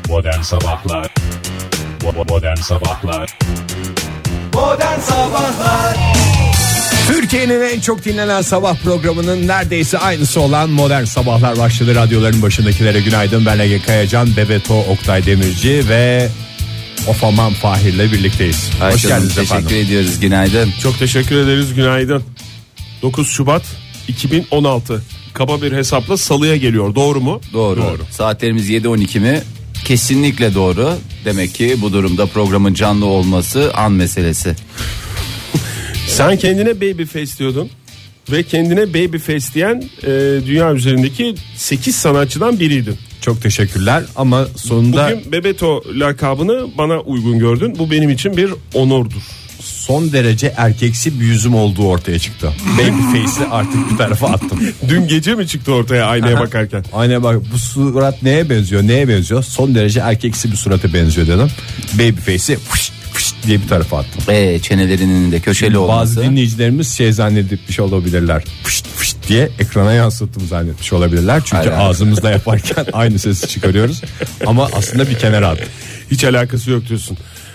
Modern Sabahlar. Modern Sabahlar. Modern Sabahlar. Türkiye'nin en çok dinlenen sabah programının neredeyse aynısı olan Modern Sabahlar başladı. Radyoların başındakilere günaydın. Ben Ege Kayacan, Bebeto, Oktay Demirci ve Ofaman Fahir'le birlikteyiz. Hoş geldiniz efendim. Teşekkür ediyoruz, günaydın. Çok teşekkür ederiz, günaydın. 9 Şubat 2016. Kaba bir hesapla salıya geliyor, doğru mu? Doğru. Saatlerimiz 7:12 mi? Kesinlikle doğru. Demek ki bu durumda programın canlı olması an meselesi. Sen kendine babyface diyordun ve kendine babyface diyen dünya üzerindeki 8 sanatçıdan biriydin. Çok teşekkürler ama sonunda... Bugün Bebeto lakabını bana uygun gördün. Bu benim için bir onurdur. Son derece erkeksi bir yüzüm olduğu ortaya çıktı. Babyface'i artık bir tarafa attım. Dün gece mi çıktı ortaya aynaya bakarken? Aynaya bak, bu surat neye benziyor? Son derece erkeksi bir surata benziyor dedim. Babyface'i fış fış diye bir tarafa attım. Çenelerinin de köşeli olması. Bazı dinleyicilerimiz zannetmiş olabilirler. Fış fış diye ekrana yansıttım zannetmiş olabilirler. Çünkü Hayır. ağzımızda yaparken aynı sesi çıkarıyoruz. Ama aslında bir kenara attım. Hiç alakası yok diyorsun.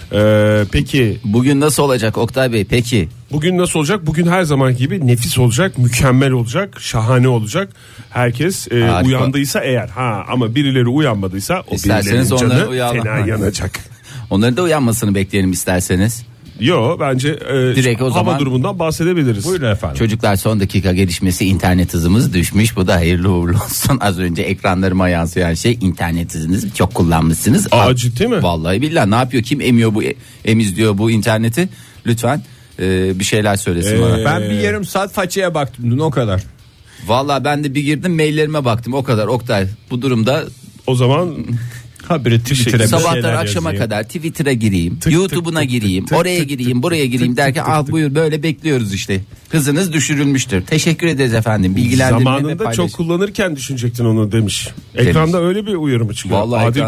Peki bugün nasıl olacak Oktay Bey? Peki bugün nasıl olacak? Bugün her zaman gibi nefis olacak, mükemmel olacak, şahane olacak. Herkes uyandıysa eğer, ama birileri uyanmadıysa o İsterseniz birilerinin onları canı fena yanacak. onların da uyanmasını bekleyelim isterseniz. Yo, bence Direkt o hava zaman durumundan bahsedebiliriz. Buyurun efendim. Çocuklar, son dakika gelişmesi, internet hızımız düşmüş. Bu da hayırlı uğurlu olsun. Az önce ekranlarıma yansıyan şey, internet hızınızı çok kullanmışsınız. Ciddi mi? Vallahi billahi, ne yapıyor, kim emiyor bu emizliyor bu interneti? Lütfen bir şeyler söylesin bana. Ben bir yarım saat façaya baktım dün, o kadar. Vallahi ben de bir girdim, maillerime baktım, o kadar Oktay. Bu durumda O zaman Habire Twitter'a bir sabahtan şeyler akşama yazayım. kadar Twitter'a gireyim, YouTube'una gireyim, oraya gireyim, buraya gireyim derken buyur böyle bekliyoruz işte. Hızınız düşürülmüştür. Teşekkür ederiz efendim. Bilgilendirme ve zamanında paylaş. çok kullanırken düşünecektin onu demiş. Ekranda öyle bir uyarı mı çıkıyor? Vallahi Adil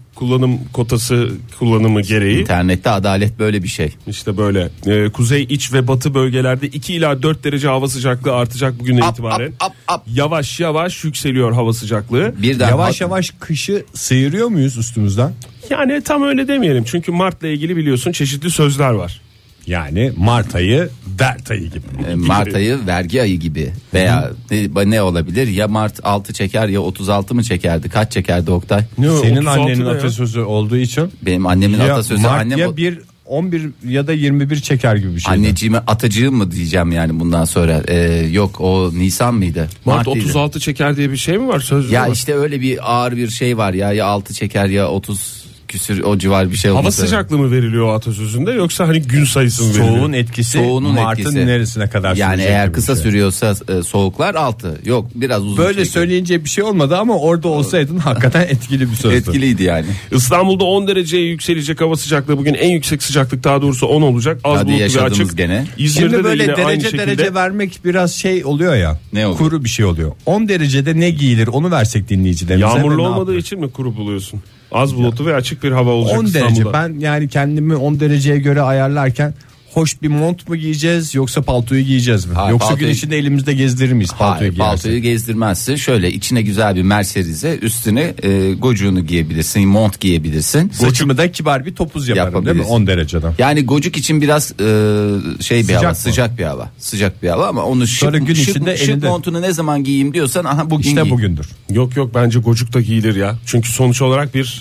kotası kullanımı gereği. İnternette adalet böyle bir şey. İşte böyle kuzey, iç ve batı bölgelerde 2 ila 4 derece hava sıcaklığı artacak bugünden itibaren. Yavaş yavaş yükseliyor hava sıcaklığı. Birden Yavaş yavaş kışı sıyırıyor muyuz üstümüzden? Yani tam öyle demeyelim. Çünkü Mart'la ilgili biliyorsun çeşitli sözler var. Yani Mart ayı dert ayı gibi. Mart ayı vergi ayı gibi veya ne olabilir, ya Mart 6 çeker ya 36 mı çekerdi, kaç çekerdi Oktay? Senin 36 annenin da ya. atasözü olduğu için. Benim annemin Ya atasözü, Mart annem ya 11 ya da 21 çeker gibi bir şey. anneciğime atacığım mı diyeceğim yani bundan sonra. Yok, o Nisan mıydı? Mart değildi. 36 çeker diye bir şey mi var sözlü? Ya işte öyle bir ağır bir şey var ya 6 çeker ya 30 küsür, o civar bir şey Hava olması. sıcaklığı mı veriliyor o atasözünde, yoksa hani gün sayısı mı veriliyor? Soğuğun etkisi Soğuğunun Mart'ın etkisi. neresine kadar Yani sürecek eğer gibi kısa bir şey. sürüyorsa soğuklar 6. Yok, biraz uzun. Böyle çekiyor. söyleyince bir şey olmadı ama orada olsaydın hakikaten etkili bir sözdü. Etkiliydi yani. İstanbul'da 10 dereceye yükselecek hava sıcaklığı. Bugün en yüksek sıcaklık daha doğrusu 10 olacak. Az Hadi bulutlu ve yaşadınız açık. gene. İzmir'de Şimdi de böyle yine aynı derece şekilde. derece vermek biraz şey oluyor ya. Ne oluyor? Kuru bir şey oluyor. 10 derecede ne giyilir onu versek dinleyicilerimize. Yağmurlu ve ne olmadığı yapalım? için mi kuru buluyorsun? Az bulutlu ve açık bir hava olacak 10 İstanbul'da. derece, ben yani kendimi 10 dereceye göre ayarlarken hoş bir mont mu giyeceğiz yoksa paltoyu giyeceğiz mi? Hayır, Yoksa paltoyu- gün içinde elimizde gezdirir miyiz paltoyu Hayır, giyersek? paltoyu gezdirmezsin. Şöyle içine güzel bir Mercedes'e, üstüne gocuğunu giyebilirsin, mont giyebilirsin. Saçımı da kibar bir topuz yaparım değil mi? Yapabilirsin. 10 dereceden. Yani gocuk için biraz şey bir Sıcak hava, mı? sıcak bir hava. Sıcak bir hava ama onu Sonra gün içinde şık elinde- montunu ne zaman giyeyim diyorsan bugün İşte giy. bugündür. Yok bence gocuk da giyilir ya. Çünkü sonuç olarak bir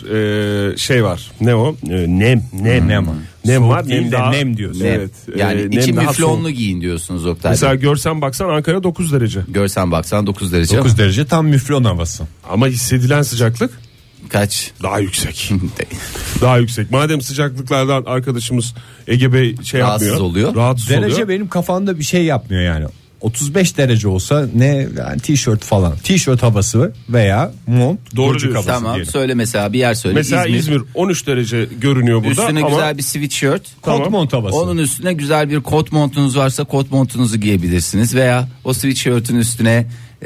şey var. Ne o? Nem. Nem. Nem Soğuk var. değil Nem de daha. nem diyorsun. Evet. Yani nem içi daha müflonlu soğuk. giyin diyorsunuz Oktay. Mesela görsen baksan Ankara 9 derece. Görsen baksan 9 derece. 9 derece tam müflon havası. Ama hissedilen sıcaklık Kaç? daha yüksek. Daha yüksek. Madem sıcaklıklardan arkadaşımız Ege Bey şey Rahatsız yapmıyor. oluyor. Rahatsız Derece oluyor. benim kafamda bir şey yapmıyor yani. 35 derece olsa ne yani tişört falan. Tişört havası veya mont, Doğru gocuk diyorsun. havası Tamam, diyelim. söyle mesela bir yer söyle. Mesela İzmir 13 derece görünüyor burada Üstüne ama güzel bir sweatshirt. Kot mont havası. Onun üstüne güzel bir kot montunuz varsa kot montunuzu giyebilirsiniz veya o sweatshirt'ün üstüne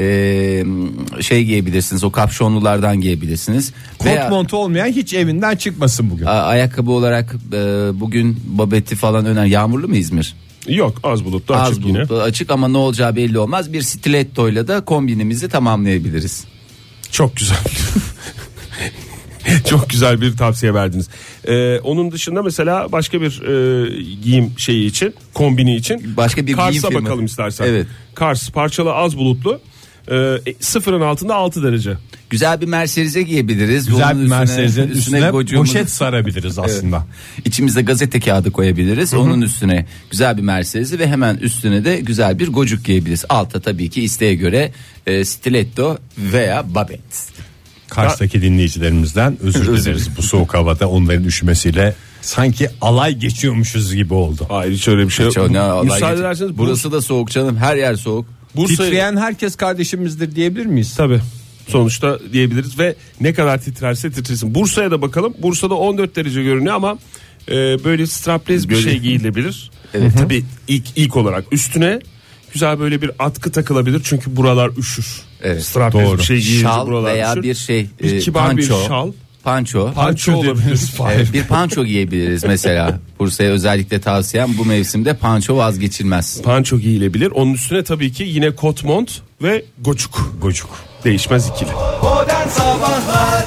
şey giyebilirsiniz, o kapşonlulardan giyebilirsiniz. Kot Veya montu olmayan hiç evinden çıkmasın bugün. ayakkabı olarak bugün babeti falan önemli. Yağmurlu mu İzmir? yok, az bulutlu Az açık yine. bulutlu açık ama ne olacağı belli olmaz. Bir stilettoyla da kombinimizi tamamlayabiliriz. Çok güzel. Çok güzel bir tavsiye verdiniz. Onun dışında mesela başka bir giyim şeyi için, kombini için başka bir Kars'a giyim bakalım istersen. Evet. Kars parçalı az bulutlu. Sıfırın altında 6 derece. Güzel bir Mercedes'e giyebiliriz. Güzel bir Mercedes'in üstüne gocuğumuz- poşet sarabiliriz aslında. Evet. İçimize gazete kağıdı koyabiliriz. Onun üstüne güzel bir Mercedes'i ve hemen üstüne de güzel bir gocuk giyebiliriz. Altta tabii ki isteğe göre stiletto veya babet. Kars'taki dinleyicilerimizden özür dileriz bu soğuk havada onların üşümesiyle sanki alay geçiyormuşuz gibi oldu. Hayır hiç öyle bir şey yok. Müsaade Geçin. ederseniz Burası da soğuk canım, her yer soğuk. Titreyen herkes kardeşimizdir diyebilir miyiz? Tabii. Sonuçta diyebiliriz ve ne kadar titrerse titresin. Bursa'ya da bakalım. Bursa'da 14 derece görünüyor ama böyle strapless bir şey giyilebilir. Evet. Tabii ilk olarak üstüne güzel böyle bir atkı takılabilir çünkü buralar üşür. Evet. Strapless Doğru. bir şey giyince Şal buralar veya üşür. bir şey Bir kibar panço, bir şal. Panço olabilir. Evet, bir panço giyebiliriz mesela. Bursa'ya özellikle tavsiyem, bu mevsimde panço vazgeçilmez. Panço giyilebilir. Onun üstüne tabii ki yine kot mont ve goçuk. Değişmez ikili. Modern Sabahlar.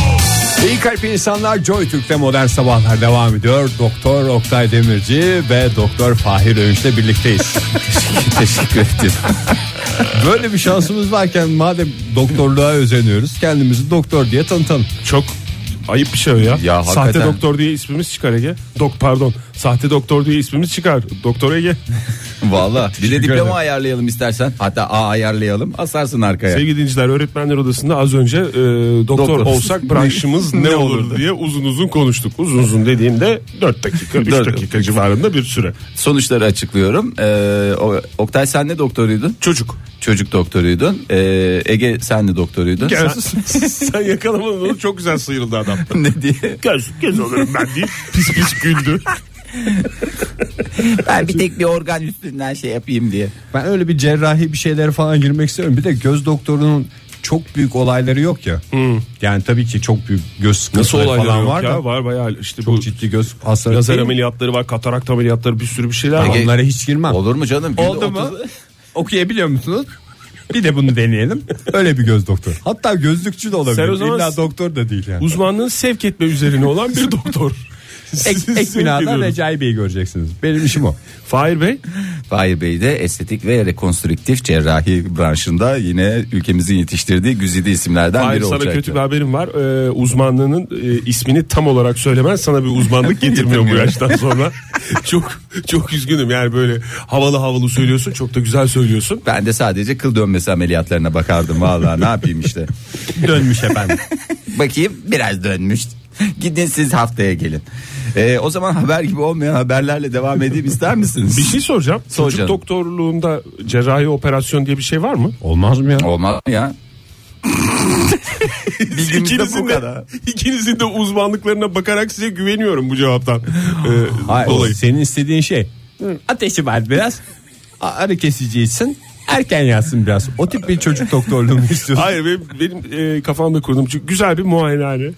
İyi kalp insanlar, Joy Türk'te Modern Sabahlar devam ediyor. Doktor Oktay Demirci ve Doktor Fahir Öğünç'le birlikteyiz. Teşekkür ederim. Böyle bir şansımız varken madem doktorluğa özeniyoruz, kendimizi doktor diye tanıtalım. Çok ayıp bir şey o ya. Ya Sahte hakikaten. doktor diye ismimiz çıkar Ege. Sahte doktor diye ismimiz çıkar. Doktor Ege. Valla bir de ederim. diploma ayarlayalım istersen. Hatta A ayarlayalım, asarsın arkaya. Sevgili dinleyiciler, öğretmenler odasında az önce doktor olsak branşımız ne olur diye uzun konuştuk. Uzun dediğimde 4 dakika 3 dakika civarında bir süre. Sonuçları açıklıyorum. Oktay, sen ne doktoruydun? Çocuk doktoruydun. Ege, sen de doktoruydun. Sen yakalamadın onu, çok güzel sıyrıldı adam. Ne diye? Göz olurum ben diye pis güldü. Ben bir tek bir organ üstünden şey yapayım diye. Ben öyle bir cerrahi bir şeylere falan girmek istiyorum. Bir de göz doktorunun çok büyük olayları yok ya. Yani tabii ki çok büyük göz Nasıl sıkıntıları olayları falan yok var ya? da. Var bayağı işte Çok bu ciddi göz hastalığı. lazer ameliyatları var, katarakt ameliyatları, bir sürü bir şeyler var. Ege- Onlara hiç girmem. Olur mu canım? Günde Oldu mu? 30 Okuyabiliyor musunuz? Bir de bunu deneyelim. Öyle bir göz doktor. Hatta gözlükçü de olabilir. Sen o zaman İlla doktor da değil yani. Uzmanlığın sevk etme üzerine olan bir doktor. Ek binada Recai Bey'i göreceksiniz. Benim işim o. Fahir Bey. Fahir Bey de estetik ve rekonstrüktif cerrahi branşında yine ülkemizin yetiştirdiği güzide isimlerden Fahir, biri sana olacak. kötü bir haberim var. Uzmanlığının ismini tam olarak söylemen sana bir uzmanlık getirmiyor bu yaştan sonra. çok üzgünüm, yani böyle havalı söylüyorsun, çok da güzel söylüyorsun. Ben de sadece kıl dönmesi ameliyatlarına bakardım vallahi, ne yapayım işte. Dönmüş efendim. Bakayım, biraz dönmüş. Gidin siz, haftaya gelin. O zaman haber gibi olmayan haberlerle devam edeyim ister misiniz? Bir şey soracağım. Sor Çocuk canım. doktorluğunda cerrahi operasyon diye bir şey var mı? Olmaz mı ya? Olmaz mı ya? Bildiğimizde bu kadar. İkinizin de uzmanlıklarına bakarak size güveniyorum bu cevaptan. Hayır, Dolayı. senin istediğin şey ateşi var biraz, ağrı kesici içsin, erken yatsın biraz. O tip bir çocuk doktorluğunu istiyorsun. Hayır, benim kafamda kurdum. Çünkü güzel bir muayenehane.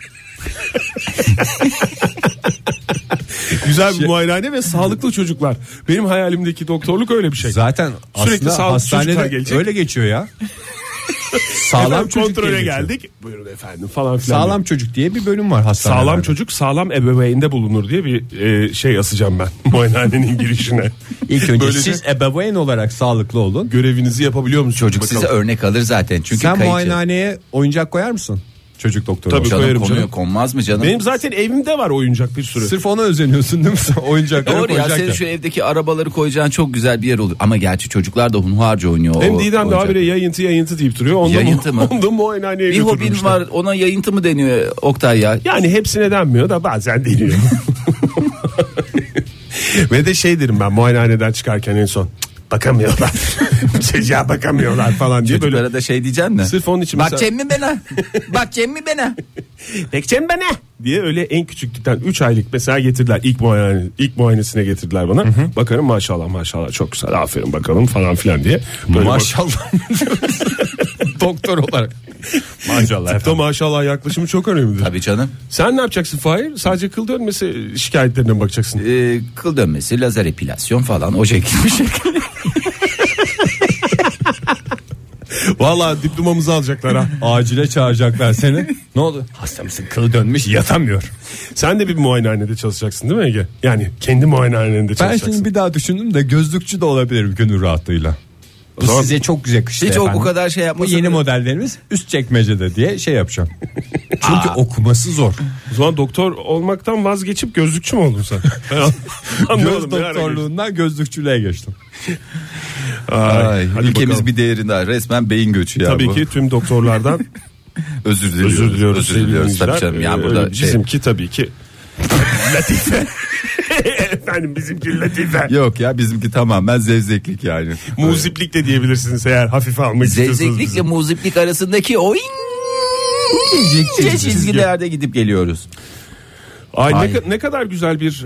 Güzel bir muayenehane ve sağlıklı çocuklar. Benim hayalimdeki doktorluk öyle bir şey. Zaten Sürekli aslında sağlıklı çocuklar hastanede gelecek. öyle geçiyor ya. Sağlam Efendim, çocuk kontrole diye geçiyor. geldik. Buyurun efendim falan filan. Sağlam çocuk diye bir bölüm var hastanede. Sağlam çocuk sağlam ebeveynde bulunur diye bir şey asacağım ben muayenehanenin girişine. İlk önce Böylece siz ebeveyn olarak sağlıklı olun. görevinizi yapabiliyor musunuz? Çocuk Bakalım. size örnek alır zaten. Çünkü Sen kayıcı. muayenehaneye oyuncak koyar mısın? Çocuk doktoru. Tabii. Canım koyarım konuyor, canım. konmaz mı canım? Benim zaten evimde var oyuncak bir sürü. Sırf ona özeniyorsun değil mi? Sen oyuncaklara Doğru ya, koyacakken. senin şu evdeki arabaları koyacağın çok güzel bir yer olur. Ama gerçi çocuklar da hunharca oynuyor. Hem o Didem de oyuncak. habire yayıntı deyip duruyor. Onda Yayıntı mı? Onda muayenehaneye Bir hobin götürmüşler. var, ona yayıntı mı deniyor Oktay ya? Yani hepsine denmiyor da bazen deniyor. Ve de şey derim ben muayenehaneden çıkarken en son. Bakamıyorlar. Çocuğa bakamıyorlar falan diye Çocuklara böyle. da şey diyeceksin mi? Sırf onun için Bak mesela. Cemmi bana. Bak Cemmi bana. Bekçem bana diye öyle en küçüklükten 3 aylık mesela getirdiler, ilk muayenesine getirdiler bana. Bakarım maşallah çok güzel, aferin bakalım falan filan diye. Böyle Maşallah. Doktor olarak. Maşallah. Tıpta maşallah yaklaşımı çok önemlidir. Tabii canım. Sen ne yapacaksın Fahir? Sadece kıl dönmesi şikayetlerine mi bakacaksın? Kıl dönmesi, lazer epilasyon falan, o şekilde bir şey. Vallahi diplomamızı alacaklar ha. Acile çağıracaklar seni. Ne oldu? Hasta mısın? Kılı dönmüş, yatamıyor. Sen de bir muayenehanede çalışacaksın değil mi Ege? Yani kendi muayenehanende Ben çalışacaksın. şimdi bir daha düşündüm de gözlükçü de olabilirim gönül rahatlığıyla. Bu zaman- size çok güzel kışta Hiç efendim. o kadar şey Bu yapmasa yeni bile- modellerimiz üst çekmecede diye şey yapacağım. Çünkü okuması zor. O zaman doktor olmaktan vazgeçip gözlükçü mü oldun sen? Ben Göz anlamadım. Ne ara doktorluğundan gözlükçülüğe geçtim. geçtin? Ay, hadi Ülkemiz bakalım. bir değerinde resmen beyin göçü ya Tabii bu. ki tüm doktorlardan Özür diliyoruz. özür diliyoruz. Özür sevgili diliyoruz tabii dinleyiciler. canım. Yani Öyle burada şey bizimki tabii ki latife. Efendim bizimki latife. yok ya, bizimki tamamen zevzeklik yani. Muziplik de diyebilirsiniz eğer hafife almak istiyorsanız. Zevzeklikle bizi. muziplik arasındaki o ince çizgilerde gidip geliyoruz. Ay, Ay. ne kadar güzel bir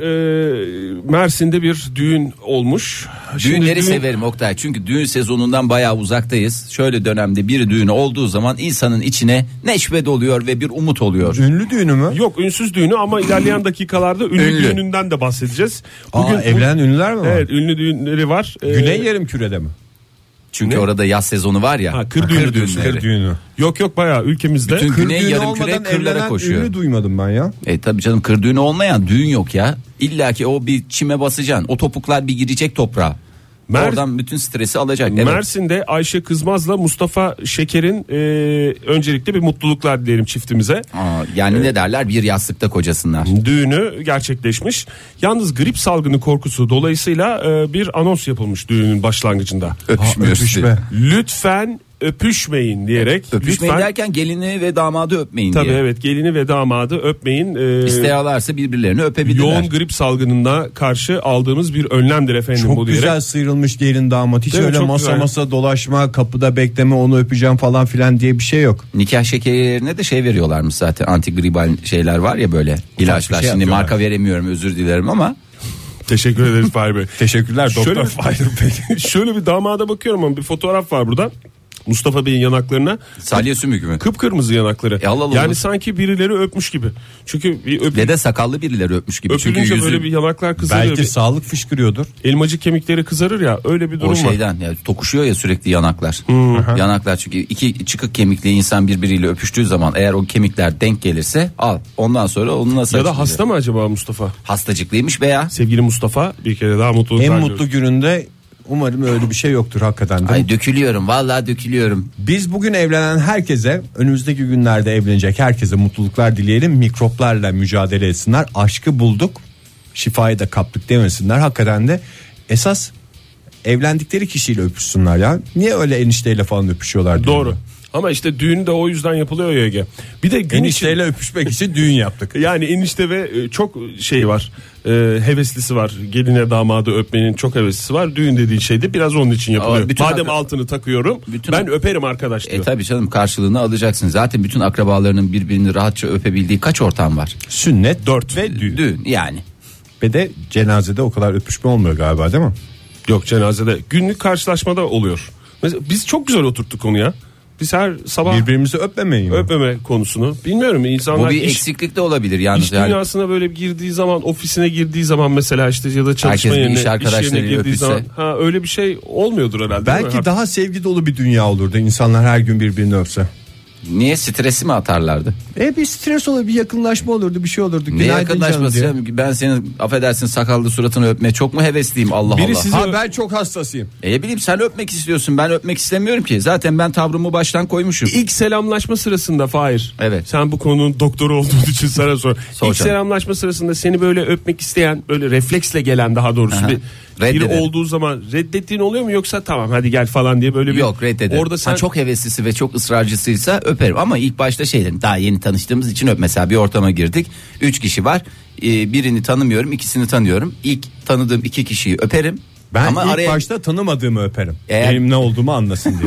Mersin'de bir düğün olmuş. Şimdi Düğünleri düğün- severim Oktay. Çünkü düğün sezonundan bayağı uzaktayız. Şöyle dönemde bir düğün olduğu zaman insanın içine neşve doluyor ve bir umut oluyor. Ünlü düğünü mü? Yok, ünsüz düğünü ama ilerleyen dakikalarda ünlü Ünlü. düğününden de bahsedeceğiz. Evlenen ünlüler mi var? Evet, ünlü düğünleri var. Güney yarımkürede mi? Çünkü Ne? orada yaz sezonu var ya. Ha, kır düğünü diyorsun. düğünleri. Kır düğünü. Yok bayağı ülkemizde. Bütün- Kır Güney düğünü yarımküre olmadan kırlara evlenen koşuyor. ünlü duymadım ben ya. Tabii canım, kır düğünü olmayan düğün yok ya. İlla ki o bir çime basacaksın. O topuklar bir girecek toprağa. Oradan bütün stresi alacak. Evet. Mersin'de Ayşe Kızmaz'la Mustafa Şeker'in öncelikle bir mutluluklar dilerim çiftimize. Yani ne derler, bir yastıkta kocasınlar. Düğünü gerçekleşmiş. Yalnız grip salgını korkusu dolayısıyla bir anons yapılmış düğünün başlangıcında. Öpüşmüyoruz. Öpüşme. Lütfen öpüşmeyin diyerek. Öpüşmeyin lütfen, derken gelini ve damadı öpmeyin tabii diye. evet, gelini ve damadı öpmeyin. İsteyorlarsa birbirlerini öpebilirler. Yoğun grip salgınına karşı aldığımız bir önlemdir efendim bu Çok diyerek. güzel sıyrılmış gelin damat. Hiç Değil mi? öyle Çok masa güzel. masa dolaşma, kapıda bekleme, onu öpeceğim falan filan diye bir şey yok. Nikah şekeri yerine de şey veriyorlarmış zaten, antigribal şeyler var ya, böyle ilaçlar. şey Şimdi yapıyorlar. marka veremiyorum, özür dilerim ama Teşekkür ederiz Fahri Bey. Teşekkürler Şöyle Doktor bir- Fahir Bey. Şöyle bir damada bakıyorum ama bir fotoğraf var burada. Mustafa Bey'in yanaklarına salya sümük mü? kıpkırmızı yanakları. Allah Allah. Yani sanki birileri öpmüş gibi. Çünkü bir Ve de sakallı birileri öpmüş gibi. Çünkü öpülünce yüzü böyle bir yanaklar kızarıyor. Belki Bir sağlık fışkırıyordur. elmacık kemikleri kızarır ya, öyle bir durum o var. şeyden ya, tokuşuyor ya sürekli yanaklar. Yanaklar, çünkü iki çıkık kemikli insan birbiriyle öpüştüğü zaman eğer o kemikler denk gelirse al. Ondan sonra onunla Ya saç. da hasta mı acaba Mustafa? Hastacıklıymış veya Sevgili Mustafa, bir kere daha mutluluklar En diliyoruz. mutlu gününde umarım öyle bir şey yoktur hakikaten. Değil mi? ay dökülüyorum, vallahi dökülüyorum. Biz bugün evlenen herkese, önümüzdeki günlerde evlenecek herkese mutluluklar dileyelim. Mikroplarla mücadele etsinler. Aşkı bulduk, şifayı da kaptık demesinler. Hakikaten de esas evlendikleri kişiyle öpüşsünler ya. Niye öyle enişteyle falan öpüşüyorlar? Doğru. düğünde? Ama işte düğün de o yüzden yapılıyor ya Ege. Bir de gün için, Enişteyle öpüşmek için düğün yaptık. yani enişte ve çok şey var. Heveslisi var. Geline damadı öpmenin çok heveslisi var. Düğün dediği şey de biraz onun için yapılıyor. bütün Madem hakka- altını takıyorum, Bütün- ben öperim arkadaş diyor. Tabii canım, karşılığını alacaksın. Zaten bütün akrabalarının birbirini rahatça öpebildiği kaç ortam var? Sünnet 4 ve düğün. Düğün yani. Ve de cenazede o kadar öpüşme olmuyor galiba, değil mi? Yok, cenazede günlük karşılaşmada oluyor. Mesela biz çok güzel oturttuk konu ya. Biz her sabah Birbirimizi öpmemeyin mi? öpmeme konusunu. Bilmiyorum, insanlar Bu bir iş, eksiklik de olabilir yalnız. iş Yani. dünyasına böyle girdiği zaman, ofisine girdiği zaman mesela işte ya da çalışma Herkes bir yerine, iş iş yerine arkadaşlarıyla girdiği öpüşse. zaman öyle bir şey olmuyordur herhalde. değil mi? Belki daha sevgi dolu bir dünya olurdu insanlar her gün birbirini öpse. Niye, stresi mi atarlardı? Bir stres olur, bir yakınlaşma olurdu, bir şey olurdu. Ne Günaydın yakınlaşması canım ya? diye. Ben senin affedersin sakallı suratını öpmeye çok mu hevesliyim, Allah Biri Allah. sizi- Ha, ben çok hassasıyım. Bileyim, sen öpmek istiyorsun, ben öpmek istemiyorum ki. Zaten ben tavrımı baştan koymuşum. İlk selamlaşma sırasında Fahir. Evet. Sen bu konunun doktoru olduğun için sana sor. Sor İlk canım. selamlaşma sırasında seni böyle öpmek isteyen, böyle refleksle gelen daha doğrusu Aha. biri Reddederim. olduğu zaman reddettiğin oluyor mu, yoksa tamam hadi gel falan diye böyle bir Yok, reddederim. Orada sen çok heveslisi ve çok ısrarcısıysa öperim, ama ilk başta şey dedim, daha yeni tanıştığımız için öp. Mesela bir ortama girdik, 3 kişi var, birini tanımıyorum, ikisini tanıyorum. İlk tanıdığım 2 kişiyi öperim. Ben ama ilk araya, başta tanımadığımı öperim. Eğer- Benim ne olduğumu anlasın diye.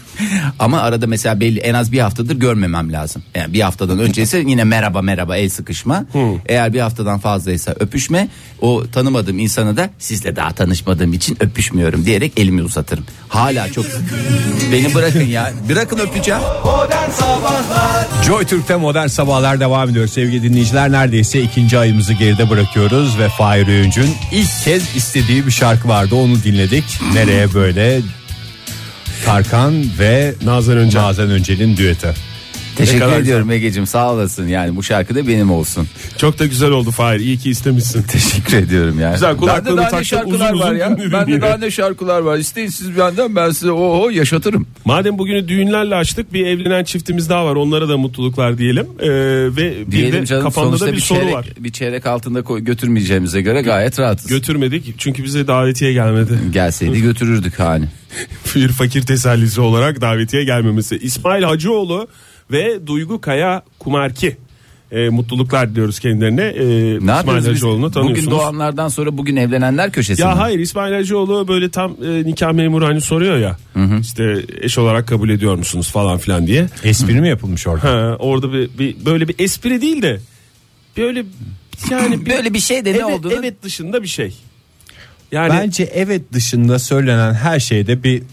ama arada mesela belli, en az bir haftadır görmemem lazım. Yani bir haftadan önceyse yine merhaba el sıkışma. Eğer bir haftadan fazlaysa öpüşme. O tanımadığım insana da sizle daha tanışmadığım için öpüşmüyorum diyerek elimi uzatırım. Hala çok beni bırakın ya. Bırakın öpeceğim. Modern Sabahlar Joy Türk'te modern sabahlar devam ediyor sevgili dinleyiciler. Neredeyse ikinci ayımızı geride bırakıyoruz ve Fahir Öğüncü'nün ilk kez istediği bir şarkı vardı, onu dinledik. Nereye böyle? Tarkan ve Nazan Öncel'in düeti. Teşekkür ediyorum Ege'cim, sağ olasın. Yani bu şarkı da benim olsun. Çok da güzel oldu Fahir. İyi ki istemişsin. Teşekkür ediyorum yani. Güzel, bende daha ne şarkılar var ya. Bende daha ne şarkılar var. İsteyin siz benden, ben size yaşatırım. Madem bugünü düğünlerle açtık, bir evlenen çiftimiz daha var. Onlara da mutluluklar diyelim. Ve diyelim bir de canım, kafamda da bir soru çeyrek, var. Bir çeyrek altında götürmeyeceğimize göre gayet rahatız. Götürmedik çünkü bize davetiye gelmedi. Gelseydi götürürdük hani. Bir fakir tesellisi olarak davetiye gelmemesi. İsmail Hacıoğlu ve Duygu Kaya Kumarki. Mutluluklar diliyoruz kendilerine. Ne yapıyoruz biz? Tanıyorsunuz. Bugün doğanlardan sonra bugün evlenenler köşesi. Ya mi? hayır, İsmail Hacıoğlu böyle tam nikah memuru hani soruyor ya. Hı. İşte eş olarak kabul ediyor musunuz falan filan diye. Espri mi yapılmış orada? Ha, orada bir böyle bir espri değil de böyle yani böyle bir şey de ne olduğunu. Evet dışında bir şey. Yani bence evet dışında söylenen her şeyde bir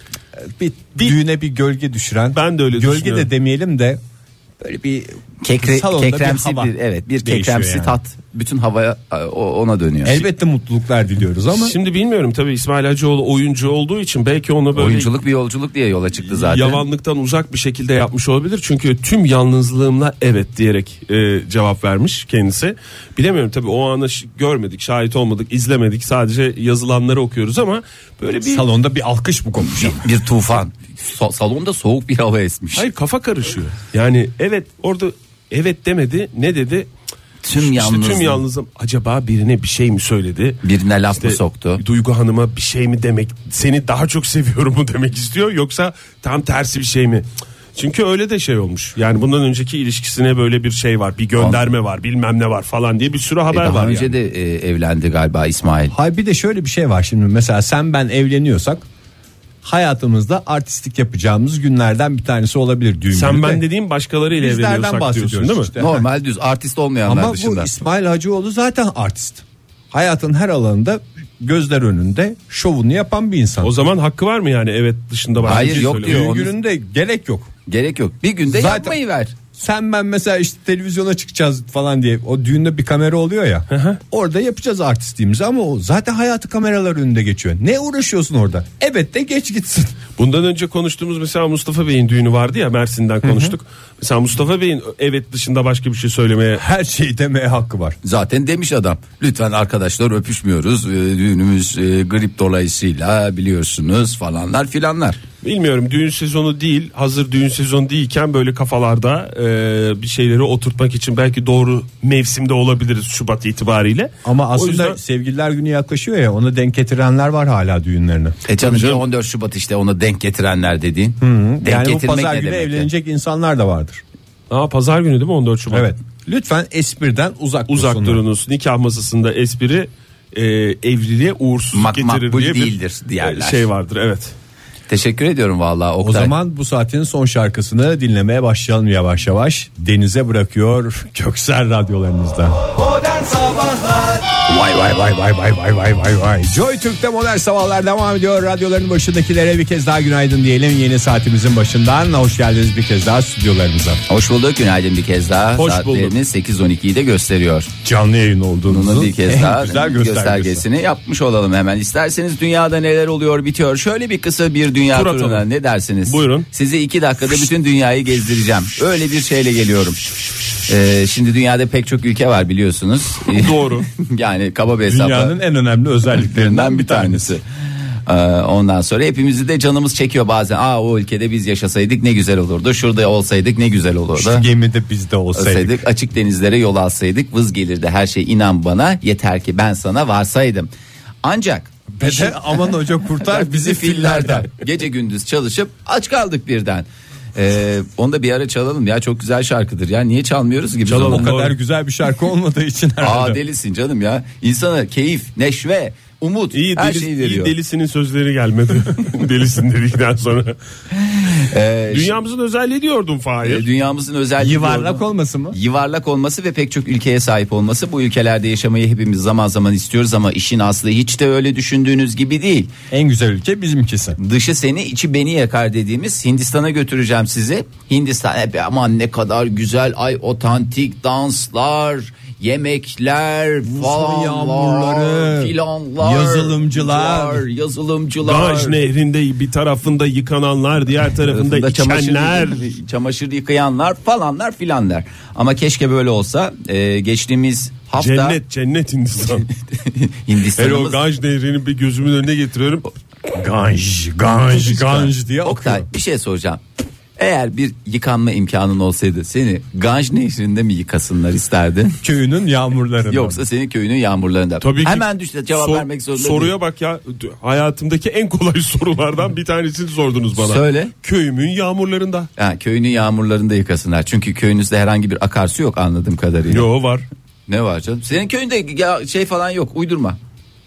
düğüne bir gölge düşüren. Ben de öyle gölge düşünüyorum. de demeyelim de böyle bir kekremsi bir kekremsi yani. tat bütün havaya ona dönüyor. Elbette mutluluklar diliyoruz ama şimdi bilmiyorum tabii, İsmail Hacıoğlu oyuncu olduğu için belki onu böyle oyunculuk bir yolculuk diye yola çıktı zaten. Yavanlıktan uzak bir şekilde yapmış olabilir. Çünkü tüm yalnızlığımla evet diyerek cevap vermiş kendisi. Bilemiyorum tabii, o anı görmedik, şahit olmadık, izlemedik. Sadece yazılanları okuyoruz ama böyle bir salonda bir alkış mı kopmuş? Bir tufan. Salonda soğuk bir hava esmiş. Hayır, kafa karışıyor. Yani evet, orada evet demedi, ne dedi? Tüm yalnızım. Acaba birine bir şey mi söyledi? Birine laf mı soktu? Duygu Hanım'a bir şey mi demek? Seni daha çok seviyorum mu demek istiyor? Yoksa tam tersi bir şey mi? Çünkü öyle de şey olmuş. Yani bundan önceki ilişkisine böyle bir şey var. Bir gönderme var, bilmem ne var falan diye bir sürü haber var. Daha önce yani. de evlendi galiba İsmail. Hayır, bir de şöyle bir şey var şimdi. Mesela sen ben evleniyorsak hayatımızda artistlik yapacağımız günlerden bir tanesi olabilir düğün Sen günü ben de. dediğim başkalarıyla Bizlerden evleniyorsak bahsediyoruz diyorsun değil mi? işte. Normal düz artist olmayanlar Ama dışında. bu İsmail Hacıoğlu zaten artist. Hayatın her alanında gözler önünde şovunu yapan bir insan. O zaman hakkı var mı yani evet dışında başka Hayır, bir şey yok söylemeye? diyor. Düğün gününde gerek yok. Gerek yok. Bir günde Zaten- yapmayı ver. Sen ben mesela işte televizyona çıkacağız falan diye, o düğünde bir kamera oluyor ya. Orada yapacağız artistliğimizi ama o zaten hayatı kameralar önünde geçiyor. Ne uğraşıyorsun orada? Evet de geç gitsin. Bundan önce konuştuğumuz mesela Mustafa Bey'in düğünü vardı ya, Mersin'den konuştuk. Mesela Mustafa Bey'in evet dışında başka bir şey söylemeye Her şeyi demeye hakkı var. Zaten demiş adam. Lütfen arkadaşlar öpüşmüyoruz. Düğünümüz grip dolayısıyla biliyorsunuz falanlar filanlar. bilmiyorum, düğün sezonu değil, hazır düğün sezonu değilken böyle kafalarda bir şeyleri oturtmak için belki doğru mevsimde olabiliriz Şubat itibariyle. Ama aslında O yüzden sevgililer günü yaklaşıyor ya, ona denk getirenler var hala düğünlerine. Canım 14 Şubat işte ona denk getirenler dediğin. Denk Yani bu getirmek pazar ne günü demek ya? evlenecek insanlar da vardır. pazar günü değil mi 14 Şubat? Evet. Lütfen espriden uzak dursunlar. durunuz. Nikah masasında espri evliliğe uğursuzluk getirir makbul diye bir değildir diğerler. şey vardır, evet. Teşekkür ediyorum vallahi O Oktay. zaman bu saatin son şarkısını dinlemeye başlayalım yavaş yavaş. Denize bırakıyor Göksel radyolarınızda. Modern Sabahlar Vay vay vay vay vay vay vay vay vay. Joy Türk'te modern sabahlar devam ediyor. Radyoların başındakilere bir kez daha günaydın diyelim. Yeni saatimizin başından hoş geldiniz bir kez daha stüdyolarımıza. Hoş bulduk, günaydın bir kez daha. Hoş Saatleriniz 8.12'yi de gösteriyor. Canlı yayın Bunun olduğunuzun bir kez en daha güzel göstergesini yapmış olalım hemen. İsterseniz dünyada neler oluyor bitiyor. Şöyle bir kısa bir dünya Tur atalım. turuna ne dersiniz? Buyurun. Size 2 dakikada bütün dünyayı gezdireceğim. Öyle bir şeyle geliyorum. Şimdi dünyada pek çok ülke var biliyorsunuz. Doğru. Yani kaba bir hesapla. Dünyanın en önemli özelliklerinden bir tanesi. Ondan sonra hepimizi de canımız çekiyor bazen. O ülkede biz yaşasaydık ne güzel olurdu. Şurada olsaydık ne güzel olurdu. Şu gemide biz de olsaydık. Açık denizlere yol alsaydık vız gelirdi her şey, inan bana, yeter ki ben sana varsaydım. Ancak Bede aman hoca kurtar bizi fillerden. Gece gündüz çalışıp aç kaldık birden. Onu da bir ara çalalım ya, çok güzel şarkıdır ya, niye çalmıyoruz gibi. Çalalım. O kadar Doğru. güzel bir şarkı olmadığı için herhalde. Delisin canım ya, insana keyif, neşve, umut her şeyi iyi veriyor. delisinin sözleri gelmedi. Delisin dedikten sonra. Dünyamızın özelliği diyordum Fahir. Dünyamızın özelliği Yuvarlak diyordum. olması mı? Yuvarlak olması ve pek çok ülkeye sahip olması. Bu ülkelerde yaşamayı hepimiz zaman zaman istiyoruz ama işin aslı hiç de öyle düşündüğünüz gibi değil. En güzel ülke bizimkisi. Dışı seni içi beni yakar dediğimiz Hindistan'a götüreceğim sizi. Hindistan aman ne kadar güzel, otantik danslar, yemekler falan yağmurları, filanlar, yazılımcılar. Ganj Nehri'nde bir tarafında yıkananlar, diğer tarafında içenler, çamaşır yıkayanlar falanlar filanlar. Ama keşke böyle olsa. Geçtiğimiz hafta cennet Hindistan. Hindistan'ımız. O Ganj Nehri'ni bir gözümün önüne getiriyorum. Ganj diye Oktay, akıyor. bir şey soracağım. Eğer bir yıkanma imkanın olsaydı seni Ganj Nehri'nde mi yıkasınlar isterdin? Köyünün yağmurlarında. Yoksa senin köyünün yağmurlarında. Tabii ki. Hemen cevap vermek zorunda Soruya değil. bak ya, hayatımdaki en kolay sorulardan bir tanesini sordunuz bana. Söyle. Köyümün yağmurlarında. Ha, köyünün yağmurlarında yıkasınlar. Çünkü köyünüzde herhangi bir akarsu yok anladığım kadarıyla. Yo, var. Ne var canım? Senin köyünde şey falan yok. Uydurma.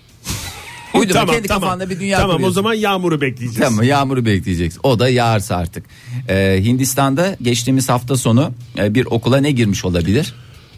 Uydurma, kendi kafanda bir dünya Tamam, kuruyorsun. o zaman yağmuru bekleyeceğiz. Tamam, yağmuru bekleyeceksin. O da yağarsa artık. Hindistan'da geçtiğimiz hafta sonu bir okula ne girmiş olabilir?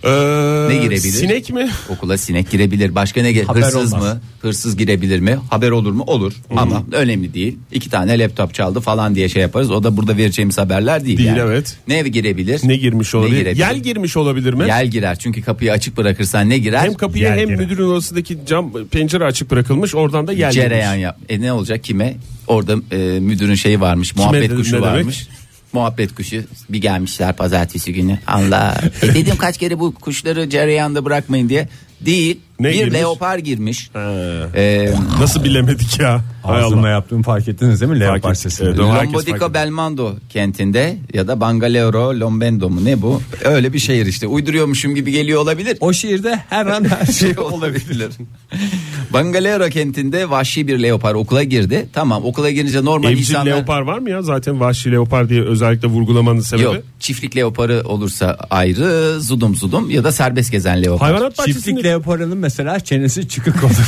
Ne girebilir? Sinek mi? Okula sinek girebilir. Başka ne Haber hırsız olmaz. mı? Hırsız girebilir mi? Haber olur mu? Olur. Ama önemli değil. 2 tane laptop çaldı falan diye şey yaparız. O da burada vereceğimiz haberler değil. Değil, yani. evet. Ne girebilir? Ne girmiş olabilir? girebilir? Yel girmiş olabilir mi? Yel girer. Çünkü kapıyı açık bırakırsan ne girer? Hem kapıya Yel hem girer. müdürün odasındaki cam pencere açık bırakılmış, oradan da yel Cereyan girmiş. yap. Ne olacak kime? Orada müdürün şeyi varmış. Muhabbet dedim, kuşu ne demek? varmış. Muhabbet kuşu bir gelmişler pazartesi günü. Allah. Dedim kaç kere bu kuşları cereyanda bırakmayın diye. Değil. Ne bir girmiş? leopar girmiş. Nasıl bilemedik ya? Hay Ağzımla Allah. yaptığımı fark ettiniz değil mi? Leopar ettim. sesini. Evet, o herkes Lombodico fark ediyor. Belmondo kentinde ya da Bangalore Lombendo mu ne bu? Öyle bir şehir işte. Uyduruyormuşum gibi geliyor olabilir. O şehirde her an her şey olabilir. Bangalore kentinde vahşi bir leopar okula girdi. Tamam, okula girince normal Evcil insanlar... leopar var mı ya? Zaten vahşi leopar diye özellikle vurgulamanın sebebi. Yok, çiftlik leoparı olursa ayrı, zudum ya da serbest gezen leopar. Hayvanat Çiftlik bahçesinde leoparının mesela çenesi çıkık olur.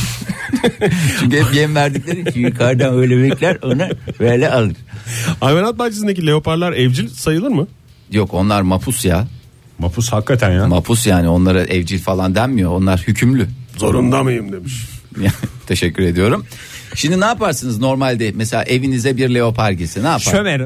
Çünkü hep yem verdikleri için yukarıdan öyle bekler, onu böyle alır. hayvanat bahçesindeki leoparlar evcil sayılır mı? Yok, onlar mapus ya. Mapus hakikaten ya. Mapus yani, onlara evcil falan denmiyor. Onlar hükümlü. Zorunda mıyım demiş. Teşekkür ediyorum. Şimdi ne yaparsınız normalde, mesela evinize bir leopar girse ne yapar? Şömerim.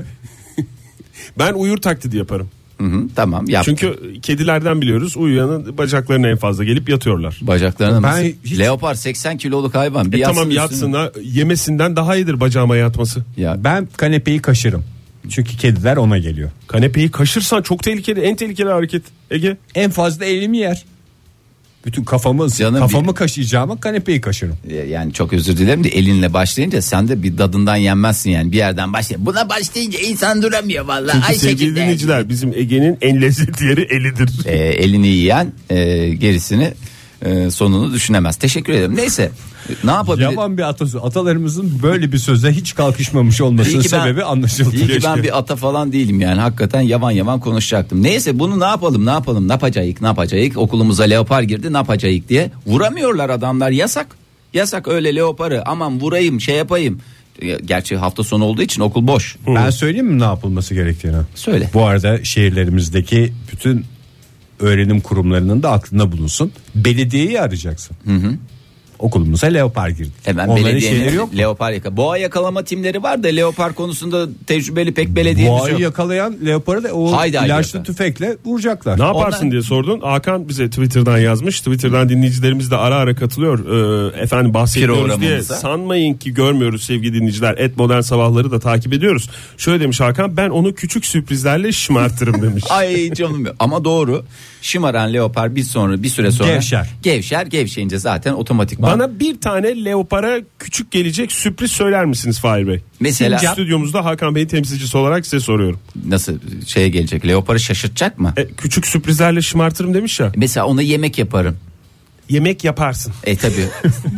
Ben uyur taklidi yaparım. Hı, tamam yap. Çünkü kedilerden biliyoruz, uyuyanın bacaklarına en fazla gelip yatıyorlar. Bacaklarına Ben mı? hiç- Leopar 80 kiloluk hayvan. Bir Tamam, üstüne. yatsın ha, yemesinden daha iyidir bacağıma yatması. Ya Ben kanepeyi kaşırım. Çünkü kediler ona geliyor. Kanepeyi kaşırsan çok tehlikeli, en tehlikeli hareket Ege. En fazla elimi yer. Bütün kafamı kaşıyacağıma kanepeyi kaşırım. yani çok özür dilerim de elinle başlayınca sen de bir dadından yenmezsin yani, bir yerden başla. Buna başlayınca insan duramıyor vallahi. Çünkü Ay sevgili çekil de. dinleyiciler, bizim Ege'nin en lezzetli yeri elidir. Elini yiyen gerisini sonunu düşünemez. Teşekkür ederim. Neyse, ne yapabilir? Yavan bir atasözü. Atalarımızın böyle bir söze hiç kalkışmamış olmasının sebebi anlaşıldı. İyi ki Keşke. ben bir ata falan değilim yani, hakikaten yavan konuşacaktım. Neyse, bunu ne yapalım ne yapacağız, okulumuza leopar girdi ne yapacağız diye vuramıyorlar adamlar, yasak öyle leoparı aman vurayım şey yapayım. Gerçi hafta sonu olduğu için okul boş. Ben söyleyeyim mi ne yapılması gerektiğini? Söyle. Bu arada şehirlerimizdeki bütün öğrenim kurumlarının da aklında bulunsun. Belediyeyi arayacaksın. Okulumuza leopar girdi. Hemen Onların belediyenin şeyleri yok mu? leopar boğa yakalama timleri var da leopar konusunda tecrübeli pek belediyemiz Boğayı yok. yakalayan leoparı da o Haydi ilaçlı efendim. tüfekle vuracaklar. Ne yaparsın Ondan- diye sordun. Hakan bize Twitter'dan yazmış. Twitter'dan dinleyicilerimiz de ara katılıyor. Efendim bahsediyoruz diye Programımıza. sanmayın ki görmüyoruz sevgili dinleyiciler. Modern Sabahları da takip ediyoruz. Şöyle demiş Hakan, ben onu küçük sürprizlerle şımartırım demiş. Ay canım benim. Ama doğru. Şımaran leopar bir süre sonra gevşeyince zaten otomatikman. Bana bir tane leopara küçük gelecek sürpriz söyler misiniz Fahir Bey? Mesela Stüdyomuzda Hakan Bey'in temsilcisi olarak size soruyorum. nasıl şeye gelecek, leoparı şaşırtacak mı? Küçük sürprizlerle şımartırım demiş ya. Mesela ona yemek yaparım. Yemek yaparsın. Tabii.